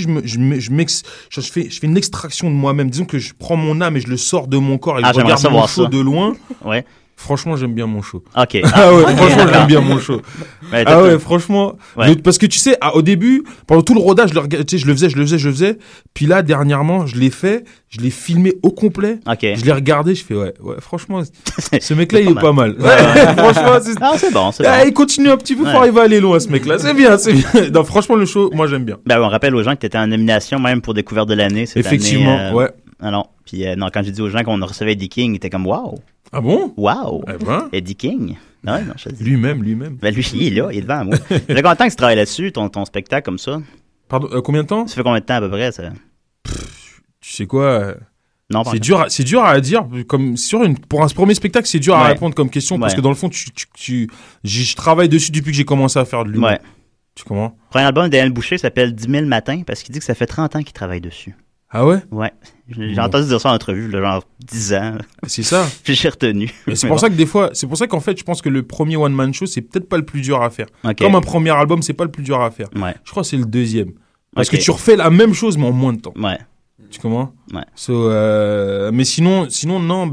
Speaker 8: fais une extraction de moi-même, disons que je prends mon âme et je le sors de mon corps et je regarde mon show de loin.
Speaker 4: Ouais.
Speaker 8: Franchement, j'aime bien mon show.
Speaker 4: OK.
Speaker 8: Franchement, j'aime bien mon show. Franchement. Parce que tu sais, au début, pendant tout le rodage, je le faisais. Puis là, dernièrement, je l'ai filmé au complet.
Speaker 4: Okay.
Speaker 8: Je l'ai regardé, je fais, franchement, ce mec-là, il est pas mal. Franchement,
Speaker 4: c'est bon.
Speaker 8: Il continue un petit peu pour arriver à aller loin, ce mec-là. C'est bien. Non, franchement, le show, moi, j'aime bien.
Speaker 4: On rappelle aux gens que tu étais en nomination même pour Découverte de l'année cette année.
Speaker 8: Effectivement, ouais.
Speaker 4: Non. Puis quand j'ai dit aux gens qu'on recevait Eddie King, ils étaient comme, wow.
Speaker 8: Ah bon?
Speaker 4: Wow! Eddie King? Non, je te dis.
Speaker 8: Lui-même.
Speaker 4: Lui, il est là, il est devant moi. Ça fait combien de temps que tu travailles là-dessus, ton spectacle comme ça?
Speaker 8: Pardon, combien de temps?
Speaker 4: Ça fait combien de temps à peu près, ça?
Speaker 8: Tu sais quoi?
Speaker 4: Non,
Speaker 8: c'est dur à dire. Comme pour un premier spectacle, c'est dur à répondre comme question parce que dans le fond, je travaille dessus depuis que j'ai commencé à faire de l'humour.
Speaker 4: Ouais.
Speaker 8: Tu comprends?
Speaker 4: Le premier album d'Daniel Boucher s'appelle 10 000 matins parce qu'il dit que ça fait 30 ans qu'il travaille dessus.
Speaker 8: Ah ouais?
Speaker 4: Ouais. J'ai entendu dire ça en entrevue, genre 10 ans.
Speaker 8: C'est ça.
Speaker 4: Puis j'ai retenu.
Speaker 8: C'est pour ça que des fois, c'est pour ça qu'en fait, je pense que le premier one-man show, c'est peut-être pas le plus dur à faire.
Speaker 4: Okay.
Speaker 8: Comme un premier album, c'est pas le plus dur à faire.
Speaker 4: Ouais.
Speaker 8: Je crois que c'est le deuxième. Parce que tu refais la même chose, mais en moins de temps.
Speaker 4: Ouais.
Speaker 8: Tu comprends?
Speaker 4: Ouais.
Speaker 8: Mais sinon, non,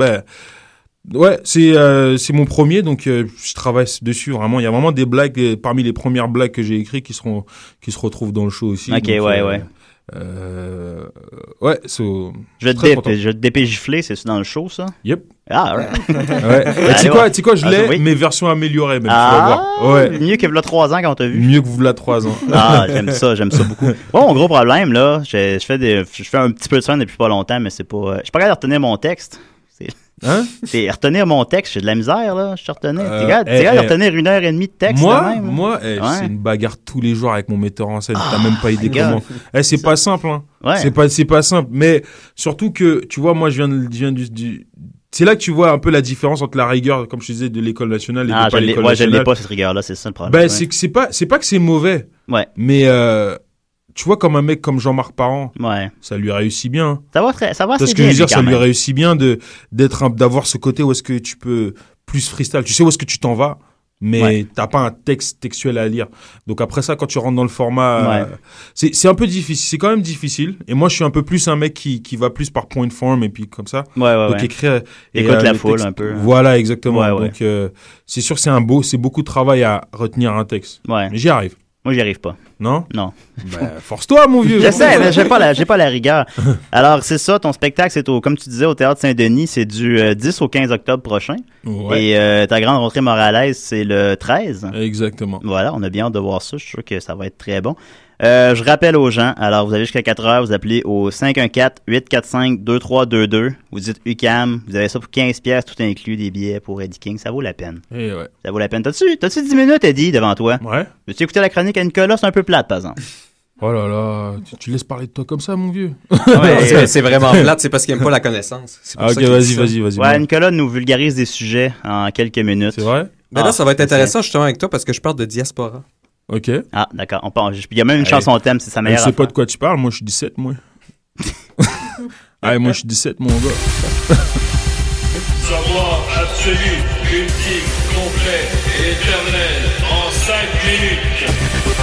Speaker 8: c'est mon premier, donc je travaille dessus vraiment. Il y a vraiment des blagues, parmi les premières blagues que j'ai écrites qui se retrouvent dans le show aussi.
Speaker 4: Ok,
Speaker 8: donc,
Speaker 4: ouais. Je vais te dépégifler, c'est dans le show, ça?
Speaker 8: Yep.
Speaker 4: Ah, ouais.
Speaker 8: Tu sais quoi, je l'ai, mais version améliorée, même.
Speaker 4: Ah, tu vas voir. Mieux que v'là 3 ans quand t'as vu.
Speaker 8: Mieux que v'là 3 ans.
Speaker 4: Ah, j'aime ça beaucoup. Bon, mon gros problème, là, je fais un petit peu de scène depuis pas longtemps, mais c'est pas, je suis pas capable de retenir mon texte. C'est retenir mon texte, j'ai de la misère, là. Je te retenais. T'es capable de retenir 1h30 de texte,
Speaker 8: Moi, c'est une bagarre tous les jours avec mon metteur en scène. T'as même pas idée comment. C'est pas simple, hein.
Speaker 4: Ouais.
Speaker 8: C'est pas simple. Mais surtout que, tu vois, moi, je viens du c'est là que tu vois un peu la différence entre la rigueur, comme je te disais, de l'école nationale et de pas l'école nationale.
Speaker 4: Je l'ai pas, cette rigueur-là, c'est ça le problème.
Speaker 8: C'est pas que c'est mauvais.
Speaker 4: Ouais.
Speaker 8: Mais, tu vois, comme un mec comme Jean-Marc Parent, ça lui réussit bien.
Speaker 4: Ça va
Speaker 8: parce que je veux dire, ça lui réussit bien d'avoir ce côté où est-ce que tu peux plus freestyle. Tu sais où est-ce que tu t'en vas, mais t'as pas un texte textuel à lire. Donc après ça, quand tu rentres dans le format, c'est un peu difficile. C'est quand même difficile. Et moi, je suis un peu plus un mec qui va plus par point de forme et puis comme ça. Donc écrire.
Speaker 4: Écoute la foule un peu.
Speaker 8: Voilà, exactement. Donc c'est sûr que c'est beaucoup de travail à retenir un texte.
Speaker 4: Ouais.
Speaker 8: Mais j'y arrive.
Speaker 4: Moi, j'y arrive pas.
Speaker 8: Non?
Speaker 4: Non.
Speaker 8: Force-toi, mon vieux.
Speaker 4: Je sais, mais j'ai pas la rigueur. Alors, c'est ça, ton spectacle, c'est comme tu disais, au Théâtre Saint-Denis, c'est du 10 au 15 octobre prochain.
Speaker 8: Ouais.
Speaker 4: Et ta grande rentrée montréalaise, c'est le 13.
Speaker 8: Exactement.
Speaker 4: Voilà, on a bien hâte de voir ça. Je suis sûr que ça va être très bon. Je rappelle aux gens, alors vous avez jusqu'à 4 heures, vous appelez au 514-845-2322, vous dites UQAM, vous avez ça pour 15$, tout inclus, des billets pour Eddie King, ça vaut la peine.
Speaker 8: Eh ouais.
Speaker 4: Ça vaut la peine. T'as-tu 10 minutes, Eddie, devant toi?
Speaker 8: Ouais.
Speaker 4: Veux-tu écouter la chronique à Nicolas? C'est un peu plate, par exemple.
Speaker 8: Oh là là, tu laisses parler de toi comme ça, mon vieux.
Speaker 5: Ouais, c'est vraiment plate, c'est parce qu'il aime pas la connaissance.
Speaker 8: Ok, vas-y.
Speaker 4: Ouais, Nicolas nous vulgarise des sujets en quelques minutes.
Speaker 8: C'est vrai?
Speaker 5: Mais là, ça va être intéressant justement avec toi parce que je parle de diaspora.
Speaker 8: Ok.
Speaker 4: Ah, d'accord. Il y a même une chanson thème, c'est sa meilleure
Speaker 8: Je sais pas
Speaker 4: affaire.
Speaker 8: de quoi tu parles, moi je suis 17, moi. Moi je suis 17, mon gars.
Speaker 7: Savoir absolu, ultime, complet, éternel, en 5 minutes.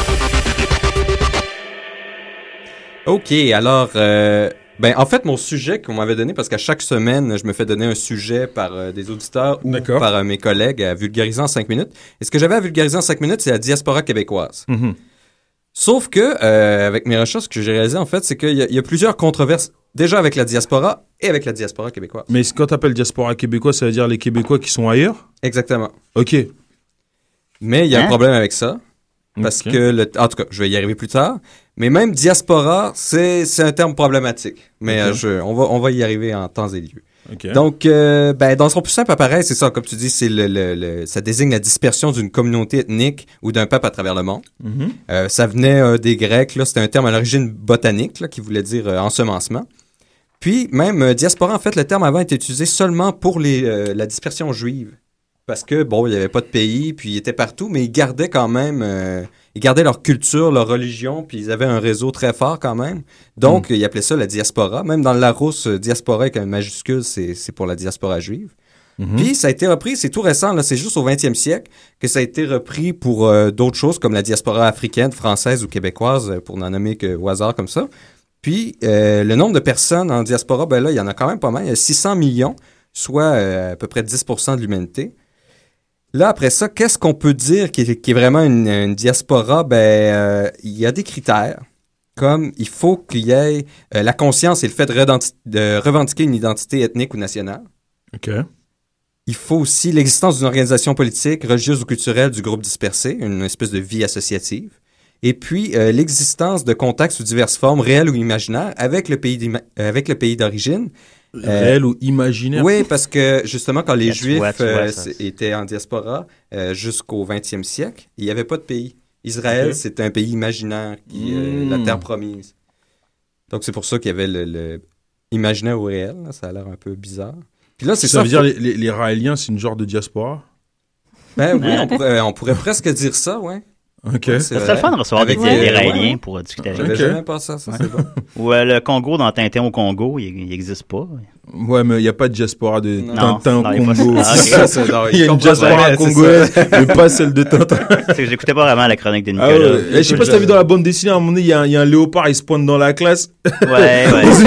Speaker 5: OK, alors, en fait, mon sujet qu'on m'avait donné, parce qu'à chaque semaine, je me fais donner un sujet par des auditeurs ou par mes collègues à vulgariser en 5 minutes. Et ce que j'avais à vulgariser en 5 minutes, c'est la diaspora québécoise.
Speaker 8: Mm-hmm.
Speaker 5: Sauf que, avec mes recherches, ce que j'ai réalisé, en fait, c'est qu'il y a plusieurs controverses, déjà avec la diaspora et avec la diaspora québécoise.
Speaker 8: Mais quand tu appelles diaspora québécoise, ça veut dire les Québécois qui sont ailleurs?
Speaker 5: Exactement.
Speaker 8: OK.
Speaker 5: Mais il y a un problème avec ça. Parce que, en tout cas, je vais y arriver plus tard. Mais même diaspora, c'est un terme problématique. Mais on va y arriver en temps et lieu.
Speaker 8: Okay.
Speaker 5: Donc, dans son plus simple appareil, c'est ça, comme tu dis, c'est ça désigne la dispersion d'une communauté ethnique ou d'un peuple à travers le monde.
Speaker 8: Mm-hmm.
Speaker 5: Ça venait des Grecs, là, c'était un terme à l'origine botanique là, qui voulait dire ensemencement. Puis, même diaspora, en fait, le terme avant était utilisé seulement pour la dispersion juive. Parce que, bon, il n'y avait pas de pays, puis ils étaient partout, mais ils gardaient quand même... ils gardaient leur culture, leur religion, puis ils avaient un réseau très fort quand même. Donc, ils appelaient ça la diaspora. Même dans le Larousse, diaspora avec un majuscule, c'est pour la diaspora juive.
Speaker 8: Mm-hmm.
Speaker 5: Puis, ça a été repris, c'est tout récent, là, c'est juste au 20e siècle que ça a été repris pour d'autres choses, comme la diaspora africaine, française ou québécoise, pour n'en nommer qu'au hasard comme ça. Puis, le nombre de personnes en diaspora, ben là, il y en a quand même pas mal. Il y a 600 millions, soit à peu près 10% de l'humanité. Là, après ça, qu'est-ce qu'on peut dire qui est vraiment une diaspora? Il y a des critères, comme il faut qu'il y ait la conscience et le fait de revendiquer une identité ethnique ou nationale.
Speaker 8: OK.
Speaker 5: Il faut aussi l'existence d'une organisation politique, religieuse ou culturelle du groupe dispersé, une espèce de vie associative. Et puis, l'existence de contacts sous diverses formes, réelles ou imaginaires, avec le pays d'origine.
Speaker 8: Réel ou imaginaire?
Speaker 5: Oui, parce que justement, quand les Juifs
Speaker 4: vois,
Speaker 5: étaient en diaspora jusqu'au 20e siècle, il n'y avait pas de pays. Israël, c'était un pays imaginaire, la terre promise. Donc, c'est pour ça qu'il y avait le imaginaire ou réel. Là, ça a l'air un peu bizarre. Puis là,
Speaker 8: ça veut dire les Raéliens, c'est une genre de diaspora?
Speaker 5: Ben oui, on pourrait presque dire ça, ouais.
Speaker 8: OK.
Speaker 5: Ouais,
Speaker 4: ça serait le fun de recevoir des Raéliens pour discuter avec eux.
Speaker 5: J'avais jamais pensé à ça, c'est bon.
Speaker 4: Ou le Congo dans Tintin au Congo, il n'existe pas.
Speaker 8: Ouais, mais il n'y a pas de diaspora de Tintin au Congo.
Speaker 5: Il
Speaker 8: y a une diaspora congolaise, mais pas celle de Tintin.
Speaker 4: C'est que j'écoutais pas vraiment la chronique de Nicolas.
Speaker 8: Je sais pas si t'as vu dans la bande dessinée, à un moment donné, il y a un léopard, il se pointe dans la classe.
Speaker 4: Ouais.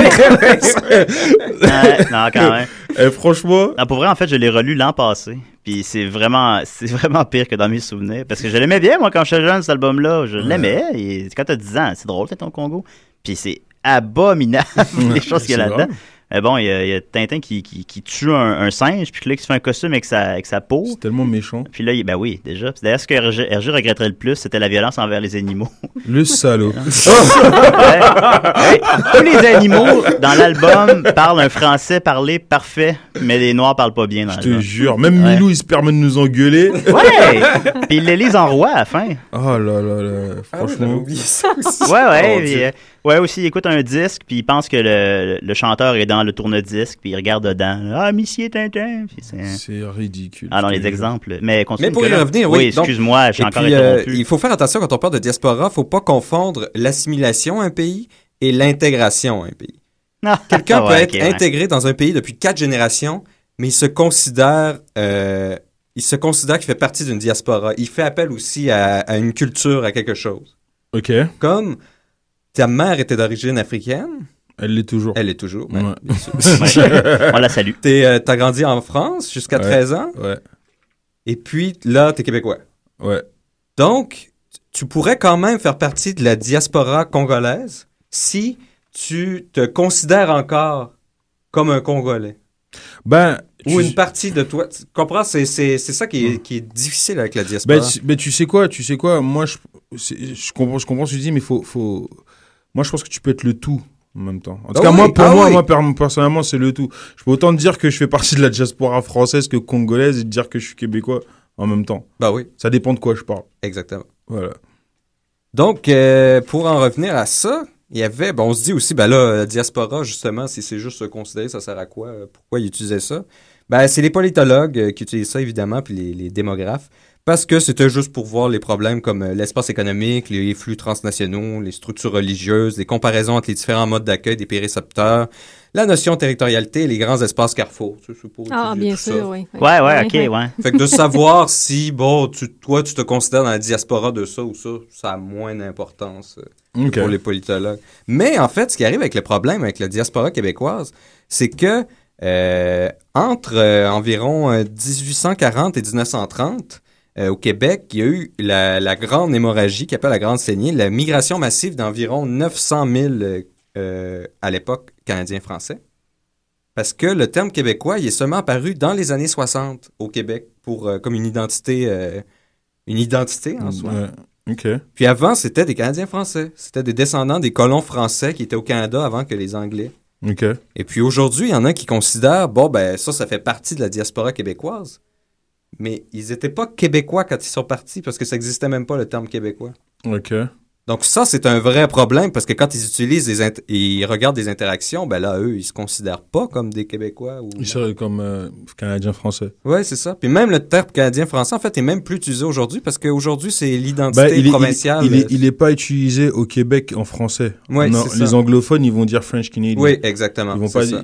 Speaker 4: Non, quand même.
Speaker 8: Franchement.
Speaker 4: Non, pour vrai, en fait, je l'ai relu l'an passé. Puis c'est vraiment pire que dans mes souvenirs. Parce que je l'aimais bien, moi, quand j'étais jeune, cet album-là. Je l'aimais. Et quand t'as 10 ans, c'est drôle, Tintin au Congo. Puis c'est abominable, les choses qu'il y a là-dedans. Mais bon, il y a Tintin qui tue un singe, puis là, qui se fait un costume avec sa peau.
Speaker 8: C'est tellement méchant.
Speaker 4: Puis là, ben oui, déjà. Puis d'ailleurs, ce que Hergé regretterait le plus, c'était la violence envers les animaux.
Speaker 8: Le salaud.
Speaker 4: Tous les animaux dans l'album parlent un français parlé parfait, mais les Noirs parlent pas bien dans l'album.
Speaker 8: Je te jure. Même Milou, il se permet de nous engueuler.
Speaker 4: Ouais! Puis il les lise en roi à la fin.
Speaker 8: Oh là là là. Franchement.
Speaker 4: Ouais, aussi, il écoute un disque, puis il pense que le chanteur est dans le tourne-disque, puis il regarde dedans. Ah, Monsieur Tintin!
Speaker 8: C'est ridicule.
Speaker 4: Ah non, les exemples. Mais
Speaker 5: pour y revenir,
Speaker 4: oui. Excuse-moi, j'ai encore interrompu.
Speaker 5: Il faut faire attention quand on parle de diaspora, il ne faut pas confondre l'assimilation à un pays et l'intégration à un pays. Quelqu'un peut être intégré dans un pays depuis 4 générations, mais il se considère qu'il fait partie d'une diaspora. Il fait appel aussi à une culture, à quelque chose.
Speaker 8: OK.
Speaker 5: Comme ta mère était d'origine africaine.
Speaker 8: Elle l'est toujours.
Speaker 5: Elle l'est toujours,
Speaker 8: ouais.
Speaker 5: Bien sûr.
Speaker 4: On la salue.
Speaker 5: T'as grandi en France jusqu'à 13 ans.
Speaker 8: Ouais.
Speaker 5: Et puis là, t'es québécois.
Speaker 8: Ouais.
Speaker 5: Donc, tu pourrais quand même faire partie de la diaspora congolaise si tu te considères encore comme un Congolais. Ou une partie de toi. Tu comprends? C'est ça qui est difficile avec la diaspora.
Speaker 8: Tu sais quoi? Moi, je comprends ce que tu dis, mais moi, je pense que tu peux être le tout en même temps. En tout cas, moi, personnellement, c'est le tout. Je peux autant te dire que je fais partie de la diaspora française que congolaise et te dire que je suis québécois en même temps.
Speaker 5: Bah oui.
Speaker 8: Ça dépend de quoi je parle.
Speaker 5: Exactement.
Speaker 8: Voilà.
Speaker 5: Donc, pour en revenir à ça, il y avait, on se dit aussi, la diaspora, justement, si c'est juste se considérer, ça sert à quoi? Pourquoi ils utilisaient ça? C'est les politologues qui utilisent ça, évidemment, puis les démographes, parce que c'était juste pour voir les problèmes comme l'espace économique, les flux transnationaux, les structures religieuses, les comparaisons entre les différents modes d'accueil des pérécepteurs, la notion de territorialité et les grands espaces carrefours.
Speaker 6: Bien sûr, oui.
Speaker 4: Ouais, ok, ouais.
Speaker 5: Fait que de savoir si, toi, tu te considères dans la diaspora de ça ou ça a moins d'importance pour les politologues. Mais en fait, ce qui arrive avec le problème avec la diaspora québécoise, c'est que entre environ 1840 et 1930, au Québec, il y a eu la grande hémorragie, qui appelle la grande saignée, la migration massive d'environ 900 000 à l'époque canadien-français. Parce que le terme québécois, il est seulement apparu dans les années 60 au Québec comme une identité en soi.
Speaker 8: Okay.
Speaker 5: Puis avant, c'était des Canadiens français. C'était des descendants des colons français qui étaient au Canada avant que les Anglais.
Speaker 8: Okay.
Speaker 5: Et puis aujourd'hui, il y en a qui considèrent, ça fait partie de la diaspora québécoise. Mais ils n'étaient pas québécois quand ils sont partis parce que ça n'existait même pas le terme québécois.
Speaker 8: OK.
Speaker 5: Donc ça, c'est un vrai problème parce que quand ils utilisent ils regardent des interactions, eux, ils se considèrent pas comme des Québécois.
Speaker 8: Ils seraient comme Canadiens-Français.
Speaker 5: Oui, c'est ça. Puis même le terme Canadien-Français, en fait, est même plus utilisé aujourd'hui parce qu'aujourd'hui, c'est l'identité provinciale.
Speaker 8: Il n'est pas utilisé au Québec en français.
Speaker 5: Oui, c'est
Speaker 8: les
Speaker 5: ça.
Speaker 8: anglophones, ils vont dire French Canadian.
Speaker 5: Oui, exactement.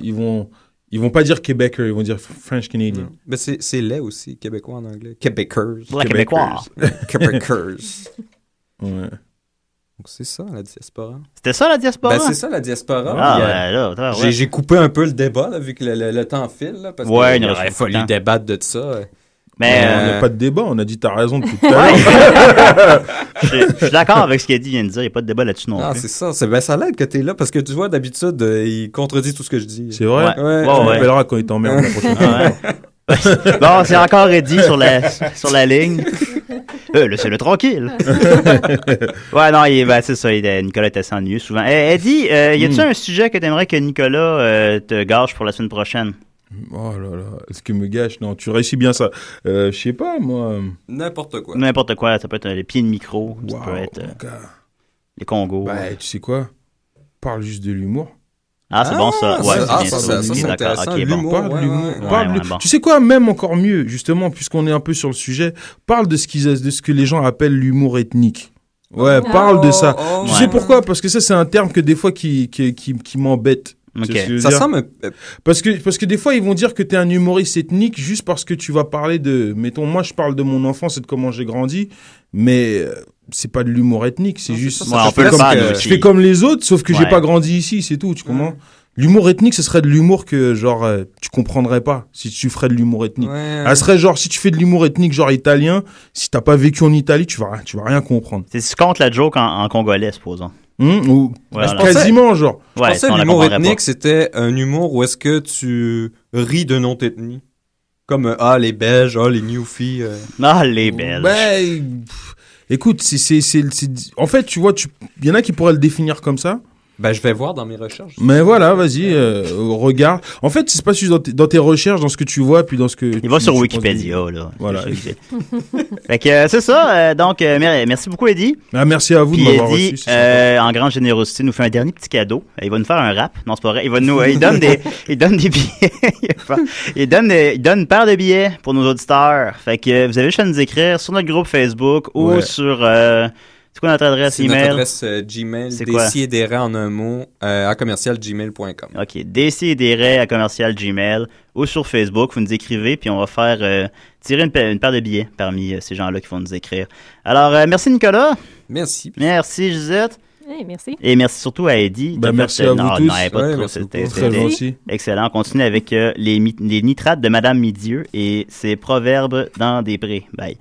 Speaker 8: Ils vont pas dire Québécois, ils vont dire French Canadian.
Speaker 5: Mais c'est laid aussi, québécois en anglais. Québécois.
Speaker 4: Québécois.
Speaker 5: Québécois.
Speaker 8: Ouais.
Speaker 5: Donc c'est ça, la diaspora.
Speaker 4: C'était ça, la diaspora?
Speaker 5: C'est ça, la diaspora.
Speaker 4: Ah,
Speaker 5: J'ai coupé un peu le débat, là, vu que le temps file. Là, parce
Speaker 4: il
Speaker 5: aurait fallu débattre de ça.
Speaker 4: Mais
Speaker 8: on n'a pas de débat, on a dit t'as raison depuis tout à l'heure.
Speaker 4: Je suis d'accord avec ce qu'il vient de dire, il n'y a pas de débat là-dessus non plus.
Speaker 5: C'est ça, ça l'aide que t'es là, parce que tu vois, d'habitude, il contredit tout ce que je dis.
Speaker 8: C'est vrai? On m'appellera quand il t'emmerde la prochaine fois.
Speaker 4: Bon, c'est encore Eddie sur la ligne. Laissez-le tranquille. Ouais, non, c'est ça, Nicolas est assez ennuyeux souvent. Eddie, y a-tu un sujet que t'aimerais que Nicolas te gâche pour la semaine prochaine?
Speaker 8: Oh là là, est-ce qu'il me gâche? Non, tu réussis bien ça. Je sais pas, moi.
Speaker 5: N'importe quoi.
Speaker 4: N'importe quoi, ça peut être les pieds de micro, ça peut être les Congos.
Speaker 8: Tu sais quoi? Parle juste de l'humour.
Speaker 4: Ah, c'est bon ça. Ouais,
Speaker 5: c'est intéressant.
Speaker 4: Okay,
Speaker 5: l'humour,
Speaker 8: parle de l'humour.
Speaker 4: Bon.
Speaker 8: Tu sais quoi, même encore mieux, justement, puisqu'on est un peu sur le sujet, parle de ce que les gens appellent l'humour ethnique. Ouais, parle de ça. Tu sais pourquoi? Parce que ça, c'est un terme que des fois qui m'embête.
Speaker 5: Okay. Ça semble...
Speaker 8: Parce que des fois, ils vont dire que tu es un humoriste ethnique juste parce que tu vas parler de... Mettons, moi, je parle de mon enfance et de comment j'ai grandi, mais c'est pas de l'humour ethnique, c'est juste... Je fais comme les autres, sauf que j'ai pas grandi ici, c'est tout, tu comprends? L'humour ethnique, ce serait de l'humour que, genre, tu comprendrais pas si tu ferais de l'humour ethnique. Elle serait genre, si tu fais de l'humour ethnique, genre italien, si t'as pas vécu en Italie, tu vas rien comprendre.
Speaker 4: C'est si tu comptes la joke en congolais, supposons.
Speaker 8: Quasiment, genre.
Speaker 5: Je pensais que l'humour ethnique, c'était un humour où est-ce que tu ris de notre ethnie. Comme, les Belges, les Newfies.
Speaker 4: Les Belges.
Speaker 8: Écoute, en fait, tu vois, il y en a qui pourraient le définir comme ça.
Speaker 5: Je vais voir dans mes recherches.
Speaker 8: Mais voilà, vas-y, regarde. En fait, c'est pas juste dans tes recherches, dans ce que tu vois, puis dans ce que...
Speaker 4: Il va sur Wikipédia, là.
Speaker 8: Voilà.
Speaker 4: Fait que c'est ça. Donc, merci beaucoup, Eddie.
Speaker 8: Merci à vous de m'avoir reçu.
Speaker 4: En grande générosité, nous fait un dernier petit cadeau. Il va nous faire un rap. Non, c'est pas vrai. Il donne des billets. il donne une paire de billets pour nos auditeurs. Fait que vous avez juste à nous écrire sur notre groupe Facebook ou sur... c'est quoi notre adresse email?
Speaker 5: Notre adresse Gmail, déciderait en un mot, à commercial-gmail.com.
Speaker 4: OK, déciderait@commercial-gmail ou sur Facebook, vous nous écrivez, puis on va faire tirer une paire de billets parmi ces gens-là qui vont nous écrire. Alors, merci Nicolas.
Speaker 5: Merci.
Speaker 4: Merci Gisette.
Speaker 6: Hey, merci.
Speaker 4: Et merci surtout à Eddie.
Speaker 8: Merci à vous tous.
Speaker 4: C'était
Speaker 8: très gentil.
Speaker 4: Excellent. On continue avec les nitrates de Madame Midieu et ses proverbes dans des prés. Bye.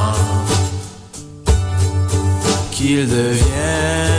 Speaker 13: qu'il devient